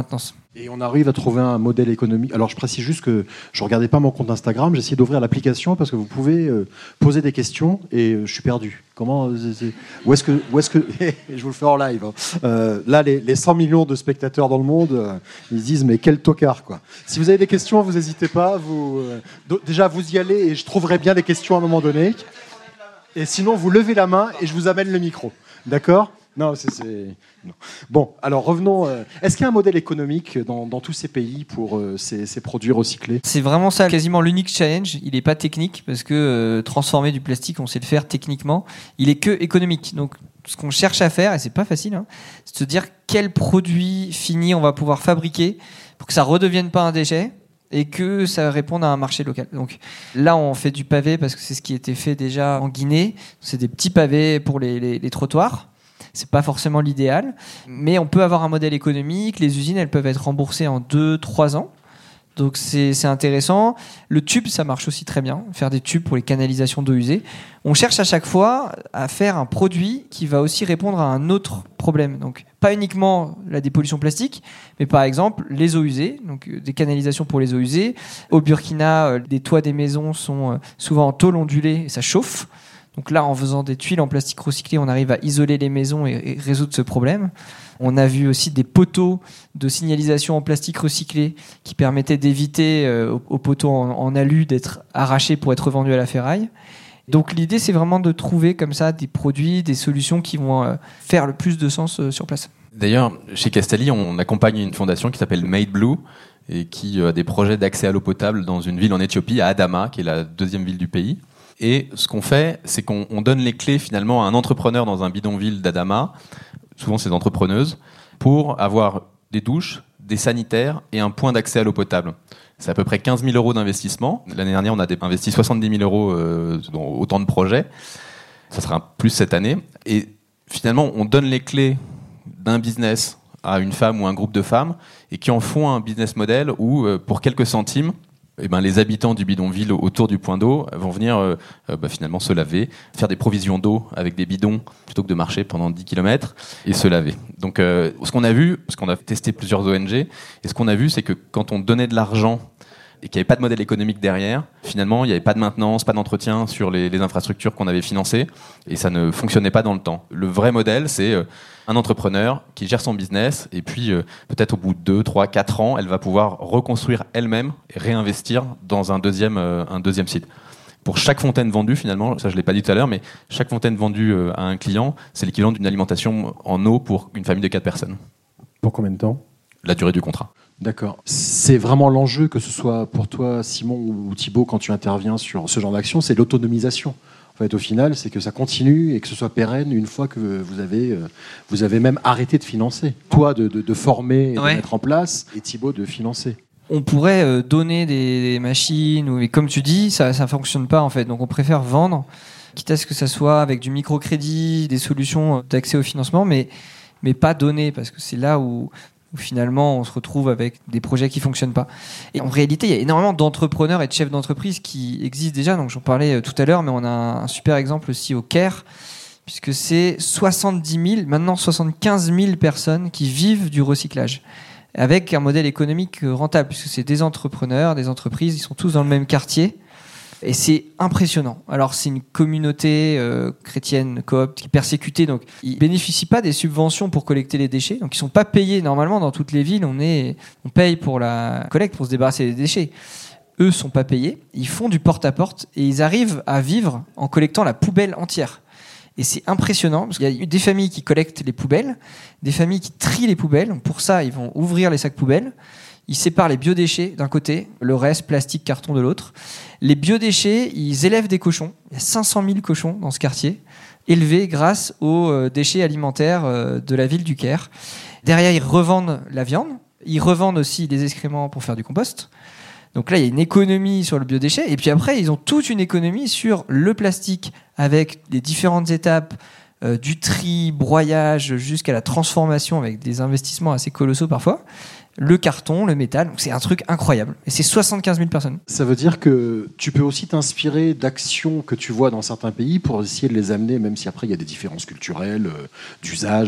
Et on arrive à trouver un modèle économique. Alors je précise juste que je regardais pas mon compte Instagram, j'ai essayé d'ouvrir l'application parce que vous pouvez poser des questions et je suis perdu. Comment où est-ce que je vous le fais en live. Hein. Là les 100 millions de spectateurs dans le monde, ils se disent mais quel tocard quoi. Si vous avez des questions, vous n'hésitez pas, déjà vous y allez et je trouverai bien des questions à un moment donné. Et sinon vous levez la main et je vous amène le micro. D'accord ? Non, non. Bon, alors revenons. Est-ce qu'il y a un modèle économique dans tous ces pays pour ces produits recyclés ? C'est vraiment ça, quasiment l'unique challenge. Il n'est pas technique parce que transformer du plastique, on sait le faire techniquement. Il est que économique. Donc, ce qu'on cherche à faire, et c'est pas facile, hein, c'est de se dire quel produit fini on va pouvoir fabriquer pour que ça redevienne pas un déchet et que ça réponde à un marché local. Donc là, on fait du pavé parce que c'est ce qui était fait déjà en Guinée. C'est des petits pavés pour les trottoirs. C'est pas forcément l'idéal, mais on peut avoir un modèle économique. Les usines, elles peuvent être remboursées en 2-3 ans. Donc c'est intéressant. Le tube, ça marche aussi très bien. Faire des tubes pour les canalisations d'eau usée. On cherche à chaque fois à faire un produit qui va aussi répondre à un autre problème. Donc pas uniquement la dépollution plastique, mais par exemple les eaux usées. Donc des canalisations pour les eaux usées. Au Burkina, les toits des maisons sont souvent en tôle ondulée et ça chauffe. Donc là, en faisant des tuiles en plastique recyclé, on arrive à isoler les maisons et résoudre ce problème. On a vu aussi des poteaux de signalisation en plastique recyclé qui permettaient d'éviter aux poteaux en alu d'être arrachés pour être revendus à la ferraille. Donc l'idée, c'est vraiment de trouver comme ça des produits, des solutions qui vont faire le plus de sens sur place. D'ailleurs, chez Castali, on accompagne une fondation qui s'appelle Made Blue et qui a des projets d'accès à l'eau potable dans une ville en Éthiopie, à Adama, qui est la deuxième ville du pays. Et ce qu'on fait, c'est qu'on donne les clés finalement à un entrepreneur dans un bidonville d'Adama, souvent c'est des entrepreneuses, pour avoir des douches, des sanitaires et un point d'accès à l'eau potable. C'est à peu près 15 000 euros d'investissement. L'année dernière, on a investi 70 000 euros dans autant de projets. Ça sera un plus cette année. Et finalement, on donne les clés d'un business à une femme ou un groupe de femmes et qui en font un business model où, pour quelques centimes, les habitants du bidonville autour du point d'eau vont venir finalement se laver, faire des provisions d'eau avec des bidons plutôt que de marcher pendant 10 km et se laver. Donc ce qu'on a vu, parce qu'on a testé plusieurs ONG, et ce qu'on a vu, c'est que quand on donnait de l'argent et qu'il n'y avait pas de modèle économique derrière, finalement, il n'y avait pas de maintenance, pas d'entretien sur les infrastructures qu'on avait financées, et ça ne fonctionnait pas dans le temps. Le vrai modèle, c'est un entrepreneur qui gère son business, et puis peut-être au bout de 2, 3, 4 ans, elle va pouvoir reconstruire elle-même et réinvestir dans un deuxième site. Pour chaque fontaine vendue, finalement, ça je ne l'ai pas dit tout à l'heure, mais chaque fontaine vendue à un client, c'est l'équivalent d'une alimentation en eau pour une famille de 4 personnes. Pour combien de temps ? La durée du contrat. D'accord. C'est vraiment l'enjeu, que ce soit pour toi, Simon ou Thibaut, quand tu interviens sur ce genre d'action, c'est l'autonomisation. En fait, au final, c'est que ça continue et que ce soit pérenne une fois que vous avez même arrêté de financer. Toi, de former et de mettre en place, et Thibaut, de financer. On pourrait donner des machines, mais comme tu dis, ça ne fonctionne pas en fait. Donc on préfère vendre, quitte à ce que ça soit avec du microcrédit, des solutions d'accès au financement, mais pas donner, parce que c'est là où finalement on se retrouve avec des projets qui fonctionnent pas. Et en réalité, il y a énormément d'entrepreneurs et de chefs d'entreprise qui existent déjà, donc j'en parlais tout à l'heure, mais on a un super exemple aussi au Caire, puisque c'est 70 000, maintenant 75 000 personnes qui vivent du recyclage, avec un modèle économique rentable, puisque c'est des entrepreneurs, des entreprises, ils sont tous dans le même quartier. Et c'est impressionnant. Alors c'est une communauté chrétienne coop qui est persécutée, donc ils bénéficient pas des subventions pour collecter les déchets, donc ils sont pas payés. Normalement dans toutes les villes on paye pour la collecte, pour se débarrasser des déchets. Eux sont pas payés, ils font du porte-à-porte et ils arrivent à vivre en collectant la poubelle entière. Et c'est impressionnant parce qu'il y a des familles qui collectent les poubelles, des familles qui trient les poubelles. Pour ça, ils vont ouvrir les sacs poubelles. Ils séparent les biodéchets d'un côté, le reste, plastique, carton de l'autre. Les biodéchets, ils élèvent des cochons. Il y a 500 000 cochons dans ce quartier, élevés grâce aux déchets alimentaires de la ville du Caire. Derrière, ils revendent la viande. Ils revendent aussi les excréments pour faire du compost. Donc là, il y a une économie sur le biodéchet. Et puis après, ils ont toute une économie sur le plastique avec les différentes étapes du tri, broyage, jusqu'à la transformation avec des investissements assez colossaux parfois. Le carton, le métal, donc c'est un truc incroyable. Et c'est 75 000 personnes. Ça veut dire que tu peux aussi t'inspirer d'actions que tu vois dans certains pays pour essayer de les amener, même si après il y a des différences culturelles, d'usage.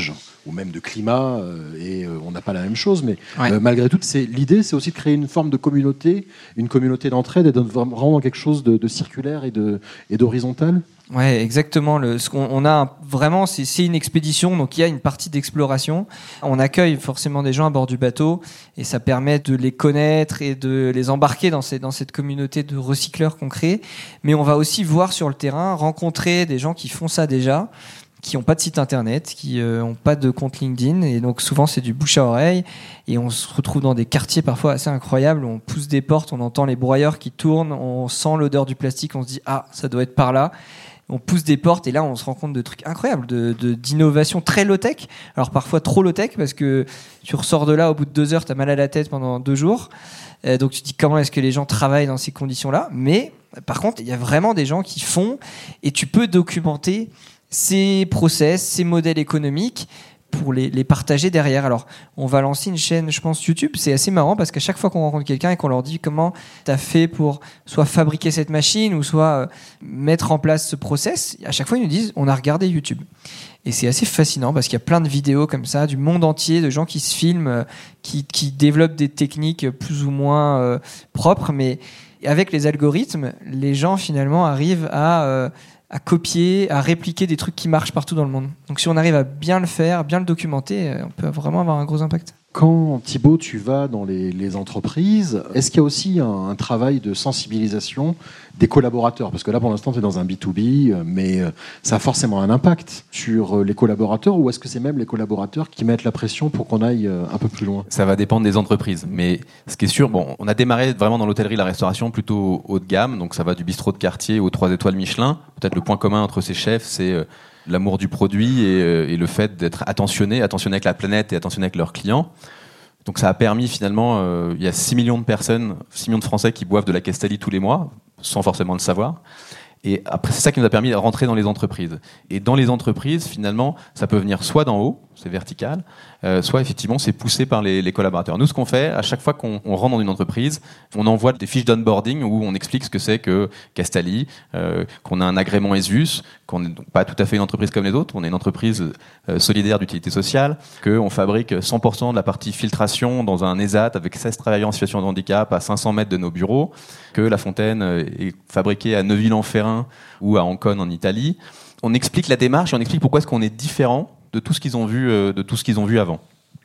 ou même de climat, et on n'a pas la même chose, mais Ouais. malgré tout, l'idée, c'est aussi de créer une forme de communauté, une communauté d'entraide, et de rendre quelque chose de circulaire et d'horizontal. Ouais, exactement. On a vraiment, c'est une expédition, donc il y a une partie d'exploration. On accueille forcément des gens à bord du bateau, et ça permet de les connaître et de les embarquer dans cette communauté de recycleurs qu'on crée. Mais on va aussi voir sur le terrain, rencontrer des gens qui font ça déjà, qui n'ont pas de site internet, qui n'ont pas de compte LinkedIn, et donc souvent c'est du bouche à oreille, et on se retrouve dans des quartiers parfois assez incroyables, où on pousse des portes, on entend les broyeurs qui tournent, on sent l'odeur du plastique, on se dit ah, ça doit être par là. On pousse des portes et là on se rend compte de trucs incroyables, d'innovations très low-tech. Alors parfois trop low-tech parce que tu ressors de là au bout de 2 heures, t'as mal à la tête pendant 2 jours. Donc tu te dis comment est-ce que les gens travaillent dans ces conditions-là. Mais par contre, il y a vraiment des gens qui font, et tu peux documenter ces process, ces modèles économiques pour les partager derrière. Alors, on va lancer une chaîne, je pense, YouTube. C'est assez marrant parce qu'à chaque fois qu'on rencontre quelqu'un et qu'on leur dit comment t'as fait pour soit fabriquer cette machine ou soit mettre en place ce process, à chaque fois, ils nous disent on a regardé YouTube. Et c'est assez fascinant parce qu'il y a plein de vidéos comme ça du monde entier, de gens qui se filment, qui développent des techniques plus ou moins propres. Mais avec les algorithmes, les gens, finalement, arrivent à copier, à répliquer des trucs qui marchent partout dans le monde. Donc si on arrive à bien le faire, bien le documenter, on peut vraiment avoir un gros impact. Quand, Thibaut, tu vas dans les entreprises, est-ce qu'il y a aussi un travail de sensibilisation des collaborateurs ? Parce que là, pour l'instant, tu es dans un B2B, mais ça a forcément un impact sur les collaborateurs, ou est-ce que c'est même les collaborateurs qui mettent la pression pour qu'on aille un peu plus loin ? Ça va dépendre des entreprises. Mais ce qui est sûr, on a démarré vraiment dans l'hôtellerie, la restauration plutôt haut de gamme. Donc ça va du bistrot de quartier aux 3 étoiles Michelin. Peut-être le point commun entre ces chefs, c'est l'amour du produit et le fait d'être attentionné avec la planète et attentionné avec leurs clients. Donc ça a permis finalement, il y a 6 millions de personnes, 6 millions de Français qui boivent de la Castalie tous les mois, sans forcément le savoir. Et après, c'est ça qui nous a permis de rentrer dans les entreprises. Et dans les entreprises, finalement, ça peut venir soit d'en haut, c'est vertical, soit effectivement c'est poussé par les collaborateurs. Nous, ce qu'on fait, à chaque fois qu'on rentre dans une entreprise, on envoie des fiches d'onboarding où on explique ce que c'est que Castalie, qu'on a un agrément ESUS, qu'on n'est pas tout à fait une entreprise comme les autres, on est une entreprise solidaire d'utilité sociale, qu'on fabrique 100% de la partie filtration dans un ESAT avec 16 travailleurs en situation de handicap à 500 mètres de nos bureaux, que la fontaine est fabriquée à Neuville-en-Ferrin ou à Ancône en Italie. On explique la démarche et on explique pourquoi est-ce qu'on est différent de tout ce qu'ils ont vu, avant.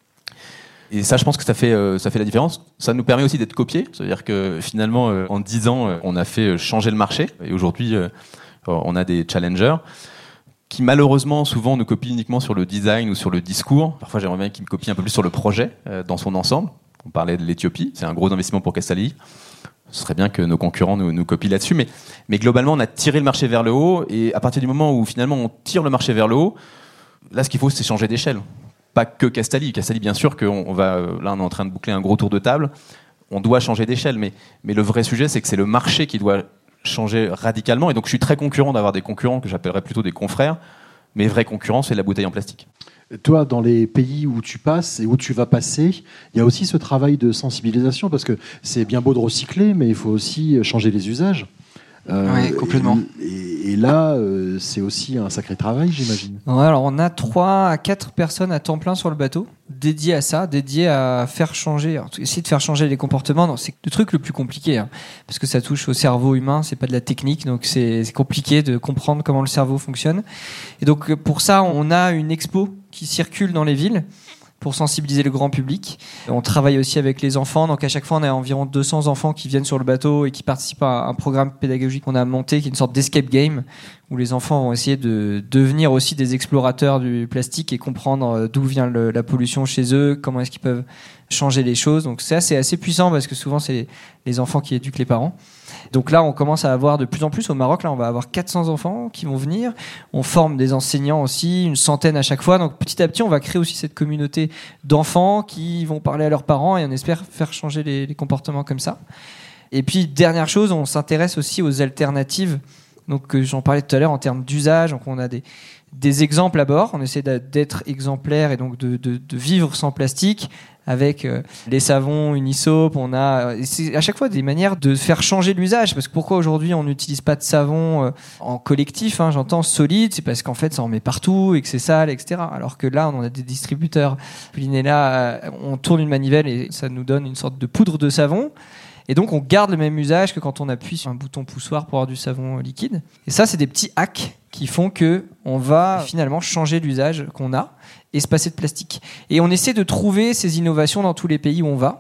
Et ça, je pense que ça fait la différence. Ça nous permet aussi d'être copiés. C'est-à-dire que finalement, en 10 ans, on a fait changer le marché. Et aujourd'hui, on a des challengers qui malheureusement souvent nous copient uniquement sur le design ou sur le discours. Parfois, j'aimerais bien qu'ils me copient un peu plus sur le projet dans son ensemble. On parlait de l'Éthiopie. C'est un gros investissement pour Castalie. Ce serait bien que nos concurrents nous copient là-dessus. Mais globalement, on a tiré le marché vers le haut. Et à partir du moment où finalement on tire le marché vers le haut, là, ce qu'il faut, c'est changer d'échelle. Pas que Castalie. Castalie, bien sûr, là, on est en train de boucler un gros tour de table. On doit changer d'échelle. Mais le vrai sujet, c'est que c'est le marché qui doit changer radicalement. Et donc, je suis très concurrent d'avoir des concurrents que j'appellerais plutôt des confrères. Mais vrai concurrent, c'est la bouteille en plastique. Toi, dans les pays où tu passes et où tu vas passer, il y a aussi ce travail de sensibilisation, parce que c'est bien beau de recycler, mais il faut aussi changer les usages. Oui, complètement. Et là, c'est aussi un sacré travail, j'imagine. Ouais, alors on a 3 à 4 personnes à temps plein sur le bateau, dédiées à ça, dédiées à faire changer, essayer de faire changer les comportements. Non, c'est le truc le plus compliqué, hein, parce que ça touche au cerveau humain, c'est pas de la technique, donc c'est compliqué de comprendre comment le cerveau fonctionne. Et donc pour ça, on a une expo qui circule dans les villes pour sensibiliser le grand public. On travaille aussi avec les enfants, donc à chaque fois on a environ 200 enfants qui viennent sur le bateau et qui participent à un programme pédagogique qu'on a monté, qui est une sorte d'escape game, où les enfants vont essayer de devenir aussi des explorateurs du plastique et comprendre d'où vient la pollution chez eux, comment est-ce qu'ils peuvent changer les choses. Donc ça, c'est assez puissant parce que souvent c'est les enfants qui éduquent les parents. Donc là, on commence à avoir de plus en plus au Maroc. Là, on va avoir 400 enfants qui vont venir. On forme des enseignants aussi, une centaine à chaque fois. Donc petit à petit, on va créer aussi cette communauté d'enfants qui vont parler à leurs parents et on espère faire changer les comportements comme ça. Et puis, dernière chose, on s'intéresse aussi aux alternatives Donc j'en parlais tout à l'heure en termes d'usage. Donc on a des exemples à bord. On essaie d'être exemplaire et donc de vivre sans plastique. Avec les savons Unisoap, c'est à chaque fois des manières de faire changer l'usage. Parce que pourquoi aujourd'hui on n'utilise pas de savon en collectif, j'entends solide, c'est parce qu'en fait ça en met partout et que c'est sale, etc. Alors que là on a des distributeurs. Là, on tourne une manivelle et ça nous donne une sorte de poudre de savon. Et donc on garde le même usage que quand on appuie sur un bouton poussoir pour avoir du savon liquide. Et ça, c'est des petits hacks qui font que on va finalement changer l'usage qu'on a et se passer de plastique. Et on essaie de trouver ces innovations dans tous les pays où on va,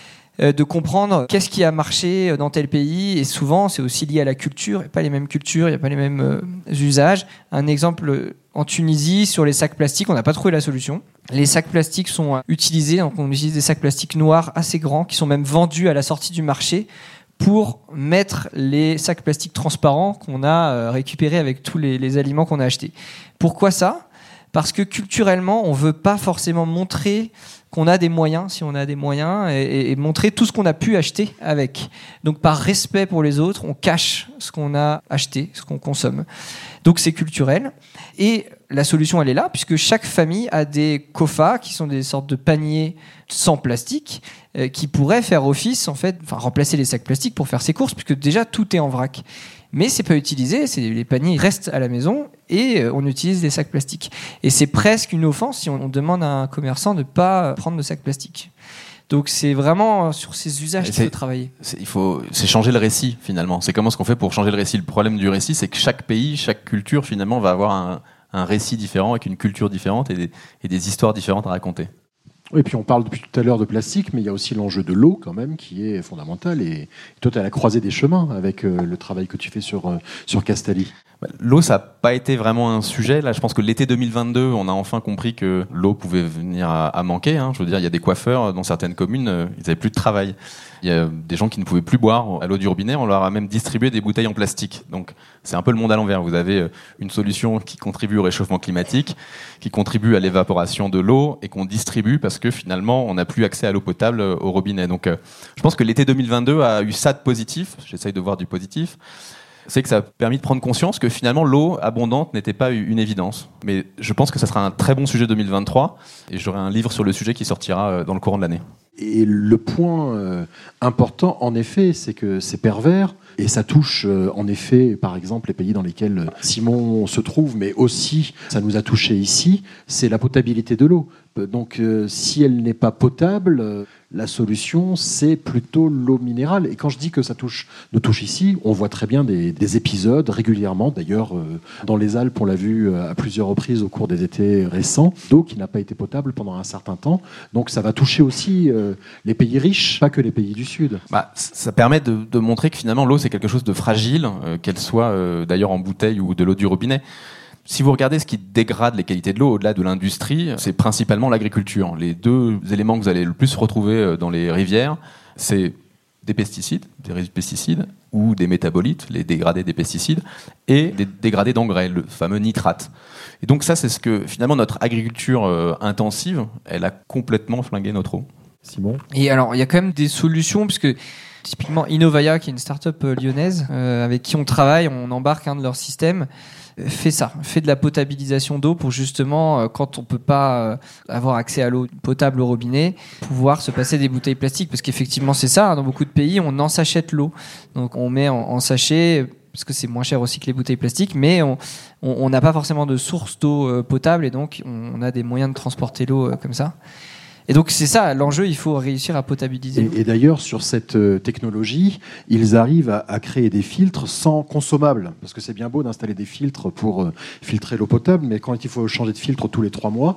de comprendre qu'est-ce qui a marché dans tel pays. Et souvent, c'est aussi lié à la culture. Il n'y a pas les mêmes cultures, il n'y a pas les mêmes usages. Un exemple, en Tunisie, sur les sacs plastiques, on n'a pas trouvé la solution. Les sacs plastiques sont utilisés, donc on utilise des sacs plastiques noirs assez grands qui sont même vendus à la sortie du marché pour mettre les sacs plastiques transparents qu'on a récupérés avec tous les aliments qu'on a achetés. Pourquoi ça ? Parce que culturellement, on veut pas forcément montrer qu'on a des moyens, si on a des moyens, et montrer tout ce qu'on a pu acheter avec. Donc par respect pour les autres, on cache ce qu'on a acheté, ce qu'on consomme. Donc c'est culturel. Et la solution, elle est là, puisque chaque famille a des kofas, qui sont des sortes de paniers sans plastique, qui pourraient faire office, en fait, remplacer les sacs plastiques pour faire ses courses, puisque déjà tout est en vrac. Mais c'est pas utilisé, les paniers restent à la maison et on utilise des sacs plastiques. Et c'est presque une offense si on demande à un commerçant de pas prendre de sacs plastiques. Donc c'est vraiment sur ces usages qu'il faut travailler. C'est changer le récit finalement. C'est comment est-ce qu'on fait pour changer le récit. Le problème du récit, c'est que chaque pays, chaque culture finalement va avoir un récit différent avec une culture différente et des histoires différentes à raconter. Oui, puis on parle depuis tout à l'heure de plastique, mais il y a aussi l'enjeu de l'eau quand même qui est fondamental. Et toi, tu es à la croisée des chemins avec le travail que tu fais sur Castalli. L'eau, ça n'a pas été vraiment un sujet. Là, je pense que l'été 2022, on a enfin compris que l'eau pouvait venir à manquer. Je veux dire, il y a des coiffeurs dans certaines communes, ils n'avaient plus de travail. Il y a des gens qui ne pouvaient plus boire à l'eau du robinet. On leur a même distribué des bouteilles en plastique. Donc, c'est un peu le monde à l'envers. Vous avez une solution qui contribue au réchauffement climatique, qui contribue à l'évaporation de l'eau et qu'on distribue parce que finalement, on n'a plus accès à l'eau potable au robinet. Donc, je pense que l'été 2022 a eu ça de positif. J'essaye de voir du positif. C'est que ça a permis de prendre conscience que finalement l'eau abondante n'était pas une évidence. Mais je pense que ça sera un très bon sujet 2023 et j'aurai un livre sur le sujet qui sortira dans le courant de l'année. Et le point important, en effet, c'est que c'est pervers et ça touche, en effet, par exemple, les pays dans lesquels Simon se trouve, mais aussi, ça nous a touché ici, c'est la potabilité de l'eau. Donc, si elle n'est pas potable, la solution, c'est plutôt l'eau minérale. Et quand je dis que ça nous touche ici, on voit très bien des épisodes régulièrement. D'ailleurs, dans les Alpes, on l'a vu à plusieurs reprises au cours des étés récents, d'eau qui n'a pas été potable pendant un certain temps. Donc, ça va toucher aussi les pays riches, pas que les pays du Sud. Ça permet de montrer que finalement, l'eau, c'est quelque chose de fragile, qu'elle soit d'ailleurs en bouteille ou de l'eau du robinet. Si vous regardez ce qui dégrade les qualités de l'eau au-delà de l'industrie, c'est principalement l'agriculture. Les deux éléments que vous allez le plus retrouver dans les rivières, c'est des pesticides, des résidus de pesticides, ou des métabolites, les dégradés des pesticides, et des dégradés d'engrais, le fameux nitrate. Et donc ça, c'est ce que finalement notre agriculture intensive, elle a complètement flingué notre eau. Simon ? Et alors, il y a quand même des solutions, puisque typiquement Innovaya, qui est une start-up lyonnaise, avec qui on travaille, on embarque un de leurs systèmes, fait de la potabilisation d'eau pour justement, quand on peut pas avoir accès à l'eau potable au robinet, pouvoir se passer des bouteilles plastiques, parce qu'effectivement c'est ça, dans beaucoup de pays on en sachète l'eau, donc on met en sachet parce que c'est moins cher aussi que les bouteilles plastiques, mais on n'a pas forcément de source d'eau potable et donc on a des moyens de transporter l'eau comme ça. Et donc c'est ça, l'enjeu, il faut réussir à potabiliser. Et d'ailleurs, sur cette technologie, ils arrivent à créer des filtres sans consommables. Parce que c'est bien beau d'installer des filtres pour filtrer l'eau potable, mais quand il faut changer de filtre tous les 3 mois,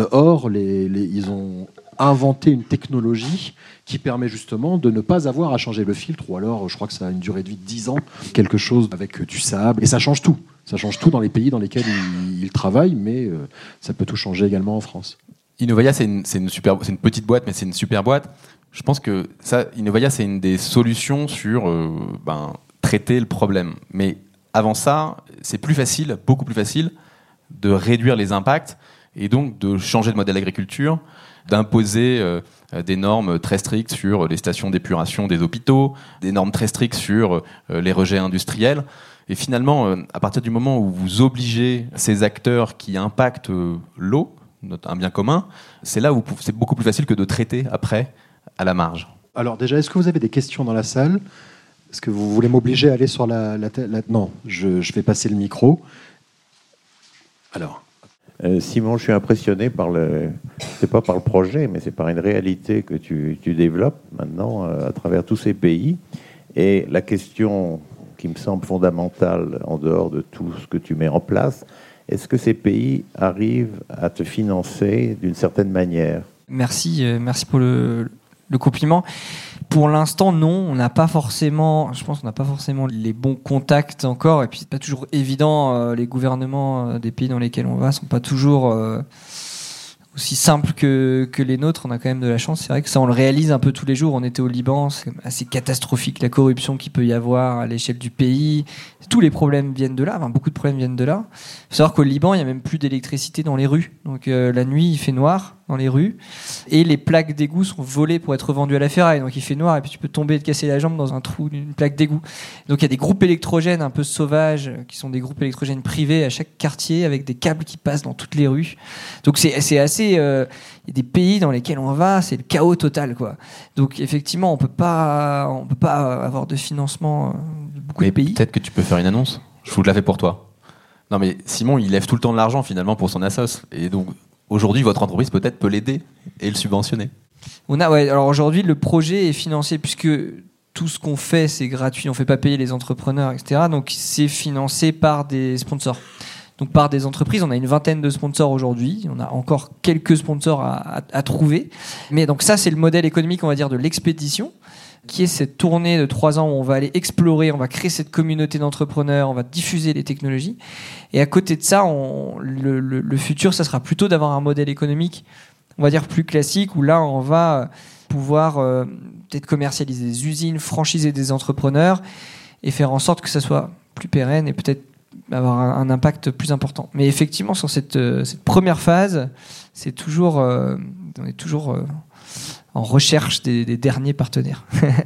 ils ont inventé une technologie qui permet justement de ne pas avoir à changer le filtre, ou alors je crois que ça a une durée de vie de 10 ans, quelque chose avec du sable, et ça change tout. Ça change tout dans les pays dans lesquels ils travaillent, mais ça peut tout changer également en France. Innovaya, c'est une petite boîte, mais c'est une super boîte. Je pense que Innovaya, c'est une des solutions sur traiter le problème. Mais avant ça, c'est plus facile, beaucoup plus facile, de réduire les impacts et donc de changer de modèle d'agriculture, d'imposer des normes très strictes sur les stations d'épuration des hôpitaux, des normes très strictes sur les rejets industriels. Et finalement, à partir du moment où vous obligez ces acteurs qui impactent l'eau, un bien commun, c'est là où c'est beaucoup plus facile que de traiter après à la marge. Alors déjà, est-ce que vous avez des questions dans la salle ? Est-ce que vous voulez m'obliger à aller sur la Non, je vais passer le micro. Alors. Simon, je suis impressionné c'est pas par le projet, mais c'est par une réalité que tu développes maintenant à travers tous ces pays. Et la question qui me semble fondamentale en dehors de tout ce que tu mets en place, est-ce que ces pays arrivent à te financer d'une certaine manière ? Merci pour le compliment. Pour l'instant, non, on n'a pas forcément les bons contacts encore, et puis c'est pas toujours évident. Les gouvernements des pays dans lesquels on va sont pas toujours aussi simples que les nôtres. On a quand même de la chance. C'est vrai que ça, on le réalise un peu tous les jours. On était au Liban, c'est assez catastrophique la corruption qu'il peut y avoir à l'échelle du pays. Tous les problèmes viennent de là. Enfin, beaucoup de problèmes viennent de là. Il faut savoir qu'au Liban, il y a même plus d'électricité dans les rues. Donc la nuit, il fait noir dans les rues, et les plaques d'égout sont volées pour être vendues à la ferraille, donc il fait noir et puis tu peux tomber et te casser la jambe dans un trou d'une plaque d'égout. Donc il y a des groupes électrogènes un peu sauvages qui sont des groupes électrogènes privés à chaque quartier avec des câbles qui passent dans toutes les rues. Donc c'est assez il y a des pays dans lesquels on va, c'est le chaos total, quoi. Donc effectivement, on peut pas avoir de financement de beaucoup de pays. Peut-être que tu peux faire une annonce. Je vous la fais pour toi. Non mais Simon, il lève tout le temps de l'argent finalement pour son assos, et donc aujourd'hui, votre entreprise peut-être peut l'aider et le subventionner. Alors aujourd'hui, le projet est financé puisque tout ce qu'on fait, c'est gratuit. On ne fait pas payer les entrepreneurs, etc. Donc c'est financé par des sponsors. Donc par des entreprises. On a une vingtaine de sponsors aujourd'hui. On a encore quelques sponsors à trouver. Mais donc ça, c'est le modèle économique, on va dire, de l'expédition, qui est cette tournée de 3 ans où on va aller explorer, on va créer cette communauté d'entrepreneurs, on va diffuser les technologies. Et à côté de ça, le futur, ça sera plutôt d'avoir un modèle économique, on va dire plus classique, où là, on va pouvoir peut-être commercialiser des usines, franchiser des entrepreneurs et faire en sorte que ça soit plus pérenne et peut-être avoir un impact plus important. Mais effectivement, sur cette première phase, on est toujours en recherche des derniers partenaires.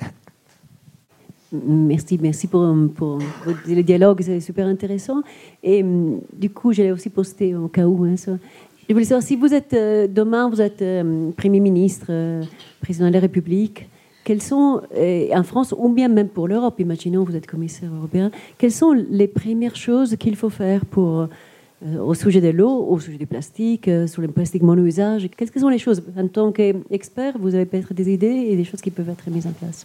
Merci pour le dialogue, c'est super intéressant. Et du coup, j'allais aussi poster au cas où. Ça. Je voulais savoir si vous êtes demain, vous êtes Premier ministre, président de la République. Quelles sont, en France, ou bien même pour l'Europe, imaginons vous êtes commissaire européen, quelles sont les premières choses qu'il faut faire pour au sujet de l'eau, au sujet du plastique, sur le plastique mono-usage? Quelles sont les choses? En tant qu'expert, vous avez peut-être des idées et des choses qui peuvent être mises en place.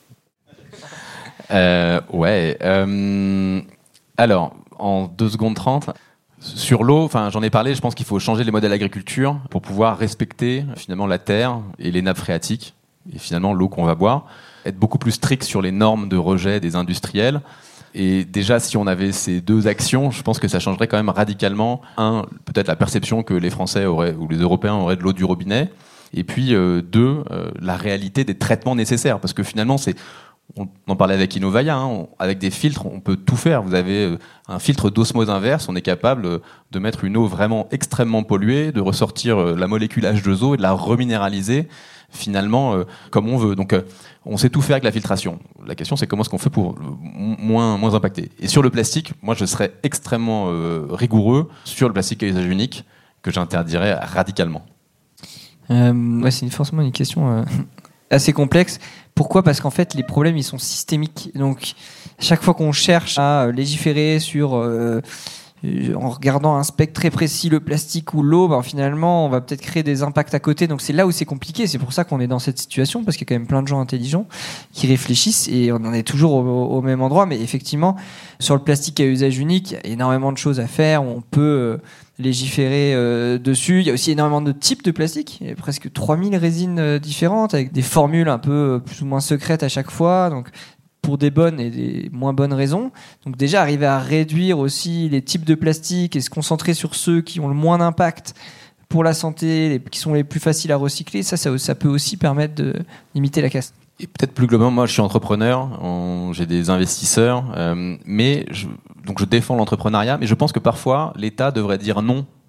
Alors, en 2 secondes 30, sur l'eau, j'en ai parlé, je pense qu'il faut changer les modèles d'agriculture pour pouvoir respecter finalement la terre et les nappes phréatiques, et finalement l'eau qu'on va boire, être beaucoup plus strict sur les normes de rejet des industriels. Et déjà, si on avait ces 2 actions, je pense que ça changerait quand même radicalement, peut-être la perception que les Français auraient, ou les Européens auraient de l'eau du robinet, et puis 2, la réalité des traitements nécessaires, parce que finalement, on en parlait avec Innovaya, avec des filtres, on peut tout faire. Vous avez un filtre d'osmose inverse, on est capable de mettre une eau vraiment extrêmement polluée, de ressortir la molécule H2O et de la reminéraliser finalement comme on veut. Donc on sait tout faire avec la filtration. La question, c'est comment est-ce qu'on fait pour moins impacter. Et sur le plastique, moi je serais extrêmement rigoureux sur le plastique à usage unique, que j'interdirais radicalement. C'est forcément une question assez complexe. Pourquoi ? Parce qu'en fait, les problèmes, ils sont systémiques. Donc, chaque fois qu'on cherche à légiférer sur, en regardant un spectre très précis, le plastique ou l'eau, finalement, on va peut-être créer des impacts à côté. Donc, c'est là où c'est compliqué. C'est pour ça qu'on est dans cette situation, parce qu'il y a quand même plein de gens intelligents qui réfléchissent et on en est toujours au même endroit. Mais effectivement, sur le plastique à usage unique, il y a énormément de choses à faire. On peut légiférer dessus. Il y a aussi énormément de types de plastique. Il y a presque 3000 résines différentes avec des formules un peu plus ou moins secrètes à chaque fois. Donc, pour des bonnes et des moins bonnes raisons. Donc déjà, arriver à réduire aussi les types de plastique et se concentrer sur ceux qui ont le moins d'impact pour la santé, qui sont les plus faciles à recycler, ça peut aussi permettre de limiter la casse. Et peut-être plus globalement, moi je suis entrepreneur, j'ai des investisseurs, donc je défends l'entrepreneuriat, mais je pense que parfois l'État devrait dire non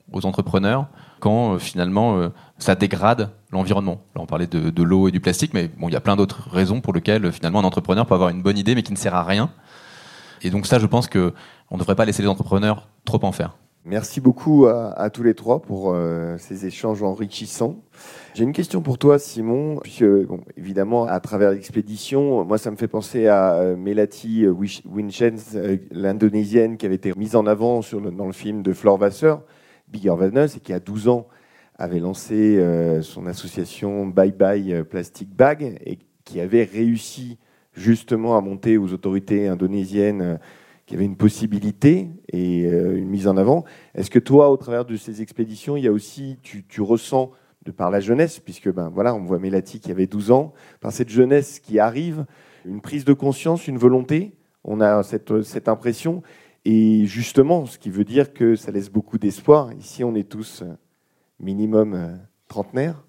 aux entrepreneurs quand finalement ça dégrade l'environnement. Là, on parlait de l'eau et du plastique, mais bon, il y a plein d'autres raisons pour lesquelles finalement un entrepreneur peut avoir une bonne idée mais qui ne sert à rien. Et donc ça, je pense qu'on ne devrait pas laisser les entrepreneurs trop en faire. Merci beaucoup à tous les trois pour ces échanges enrichissants. J'ai une question pour toi, Simon, puisque évidemment, à travers l'expédition, moi, ça me fait penser à Melati Wincens, l'Indonésienne, qui avait été mise en avant dans le film de Floor Vasseur, Bigger Than Us, et qui, à 12 ans, avait lancé son association Bye Bye Plastic Bag, et qui avait réussi justement à monter aux autorités indonésiennes qu'il y avait une possibilité et une mise en avant. Est-ce que toi, au travers de ces expéditions, il y a aussi, tu ressens, de par la jeunesse, puisque on voit Melati qui avait 12 ans, par cette jeunesse qui arrive, une prise de conscience, une volonté, on a cette impression, et justement, ce qui veut dire que ça laisse beaucoup d'espoir. Ici, on est tous minimum trentenaires,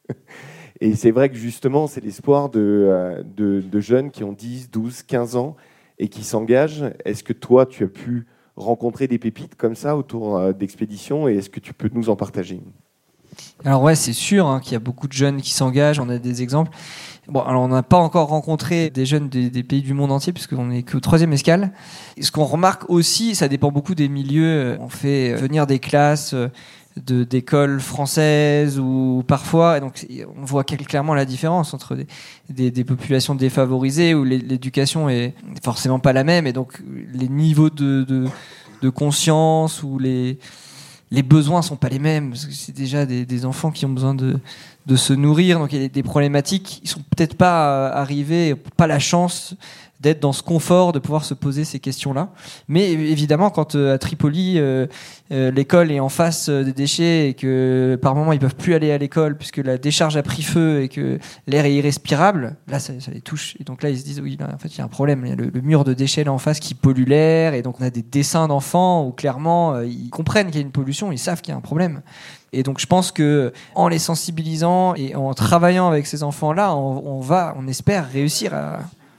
et c'est vrai que justement, c'est l'espoir de jeunes qui ont 10, 12, 15 ans, et qui s'engagent. Est-ce que toi, tu as pu rencontrer des pépites comme ça autour d'expéditions, et est-ce que tu peux nous en partager ? Alors ouais, c'est sûr qu'il y a beaucoup de jeunes qui s'engagent, on a des exemples. Bon, alors on n'a pas encore rencontré des jeunes des pays du monde entier, puisqu'on n'est qu'au 3e escale. Et ce qu'on remarque aussi, ça dépend beaucoup des milieux. On fait venir des classes d'écoles françaises ou parfois, et donc on voit clairement la différence entre des populations défavorisées où l'éducation est forcément pas la même, et donc les niveaux de conscience ou les besoins sont pas les mêmes, parce que c'est déjà des enfants qui ont besoin de se nourrir, donc il y a des problématiques, ils sont peut-être pas arrivés, pas la chance d'être dans ce confort de pouvoir se poser ces questions-là. Mais évidemment, quand à Tripoli, l'école est en face des déchets et que par moment ils peuvent plus aller à l'école puisque la décharge a pris feu et que l'air est irrespirable, là ça les touche. Et donc là ils se disent oui, là, en fait il y a un problème, il y a le mur de déchets là en face qui pollue l'air, et donc on a des dessins d'enfants où clairement ils comprennent qu'il y a une pollution, ils savent qu'il y a un problème. Et donc je pense que en les sensibilisant et en travaillant avec ces enfants-là, on espère réussir à...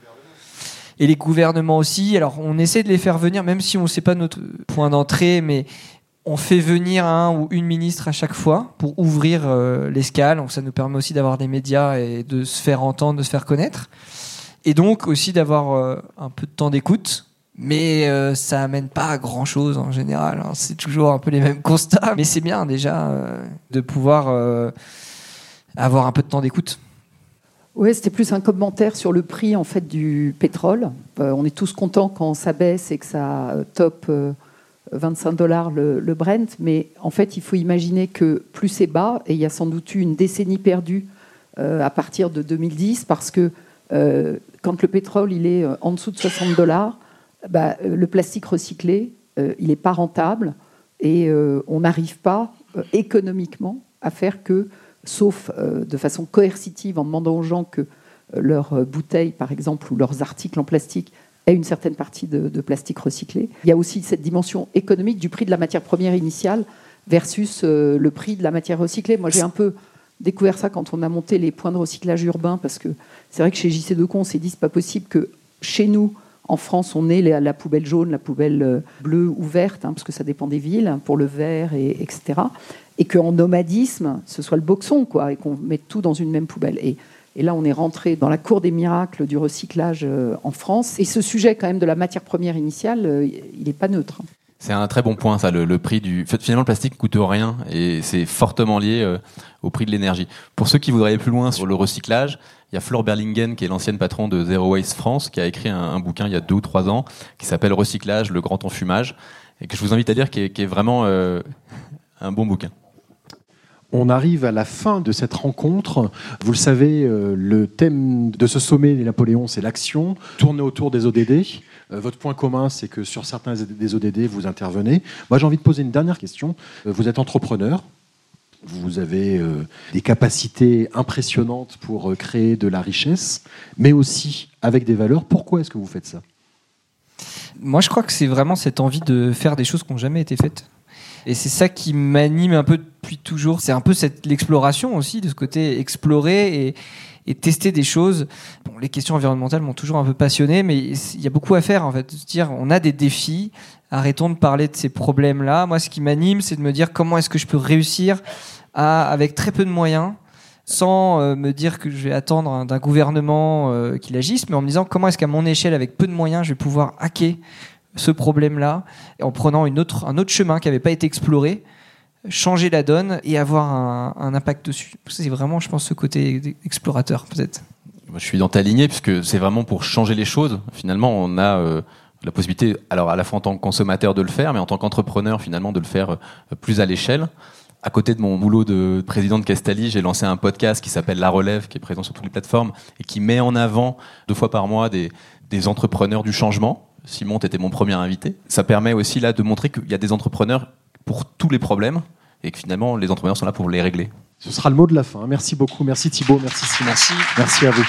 Et les gouvernements aussi. Alors, on essaie de les faire venir, même si on ne sait pas notre point d'entrée, mais on fait venir un ou une ministre à chaque fois pour ouvrir l'escale. Donc, ça nous permet aussi d'avoir des médias et de se faire entendre, de se faire connaître. Et donc, aussi d'avoir un peu de temps d'écoute. Mais ça amène pas à grand-chose en général. Hein. C'est toujours un peu les mêmes constats. Mais c'est bien déjà de pouvoir avoir un peu de temps d'écoute. Oui, c'était plus un commentaire sur le prix en fait du pétrole. On est tous contents quand ça baisse et que ça top $25 le Brent, mais en fait, il faut imaginer que plus c'est bas, et il y a sans doute eu une décennie perdue à partir de 2010, parce que quand le pétrole il est en dessous de $60, le plastique recyclé, il n'est pas rentable, et on n'arrive pas économiquement à faire que, sauf de façon coercitive en demandant aux gens que leurs bouteilles, par exemple, ou leurs articles en plastique aient une certaine partie de plastique recyclé. Il y a aussi cette dimension économique du prix de la matière première initiale versus le prix de la matière recyclée. Moi, j'ai un peu découvert ça quand on a monté les points de recyclage urbains, parce que c'est vrai que chez JC Decaux, on s'est dit c'est pas possible que chez nous, en France, on ait la poubelle jaune, la poubelle bleue ou verte, parce que ça dépend des villes, pour le verre, etc. Et qu'en nomadisme, ce soit le boxon, quoi, et qu'on mette tout dans une même poubelle. Et là, on est rentré dans la cour des miracles du recyclage en France. Et ce sujet, quand même, de la matière première initiale, il n'est pas neutre. C'est un très bon point, ça, le prix du... Finalement, le plastique ne coûte rien, et c'est fortement lié au prix de l'énergie. Pour ceux qui voudraient aller plus loin sur le recyclage, il y a Flore Berlingen, qui est l'ancienne patron de Zero Waste France, qui a écrit un bouquin il y a 2 ou 3 ans, qui s'appelle Recyclage, le grand enfumage, et que je vous invite à lire, qui est vraiment un bon bouquin. On arrive à la fin de cette rencontre. Vous le savez, le thème de ce sommet des Napoléons, c'est l'action, tourner autour des ODD. Votre point commun, c'est que sur certains des ODD, vous intervenez. Moi, j'ai envie de poser une dernière question. Vous êtes entrepreneur. Vous avez des capacités impressionnantes pour créer de la richesse, mais aussi avec des valeurs. Pourquoi est-ce que vous faites ça ? Moi, je crois que c'est vraiment cette envie de faire des choses qui n'ont jamais été faites. Et c'est ça qui m'anime un peu depuis toujours. C'est un peu l'exploration aussi, de ce côté explorer et tester des choses. Bon, les questions environnementales m'ont toujours un peu passionné, mais il y a beaucoup à faire en fait. De se dire, on a des défis, arrêtons de parler de ces problèmes-là. Moi, ce qui m'anime, c'est de me dire comment est-ce que je peux réussir avec très peu de moyens, sans me dire que je vais attendre d'un gouvernement qu'il agisse, mais en me disant comment est-ce qu'à mon échelle, avec peu de moyens, je vais pouvoir hacker ce problème-là, en prenant un autre chemin qui n'avait pas été exploré, changer la donne et avoir un impact dessus. C'est vraiment, je pense, ce côté explorateur, peut-être. Moi, je suis dans ta lignée, puisque c'est vraiment pour changer les choses. Finalement, on a la possibilité, alors à la fois en tant que consommateur de le faire, mais en tant qu'entrepreneur, finalement, de le faire plus à l'échelle. À côté de mon boulot de président de Castali, j'ai lancé un podcast qui s'appelle La Relève, qui est présent sur toutes les plateformes et qui met en avant 2 fois par mois des entrepreneurs du changement. Simon, tu étais mon premier invité. Ça permet aussi là de montrer qu'il y a des entrepreneurs pour tous les problèmes et que finalement les entrepreneurs sont là pour les régler. Ce sera le mot de la fin. Merci beaucoup. Merci Thibaut. Merci Simon. Merci à vous.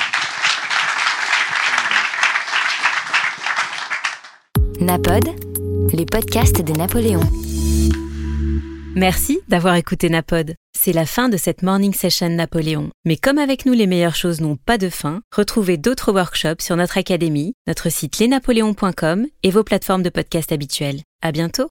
Napod, les podcasts de Napoléon. Merci d'avoir écouté Napod. C'est la fin de cette Morning Session Napoléon. Mais comme avec nous, les meilleures choses n'ont pas de fin, retrouvez d'autres workshops sur notre académie, notre site lesnapoléons.com et vos plateformes de podcast habituelles. À bientôt!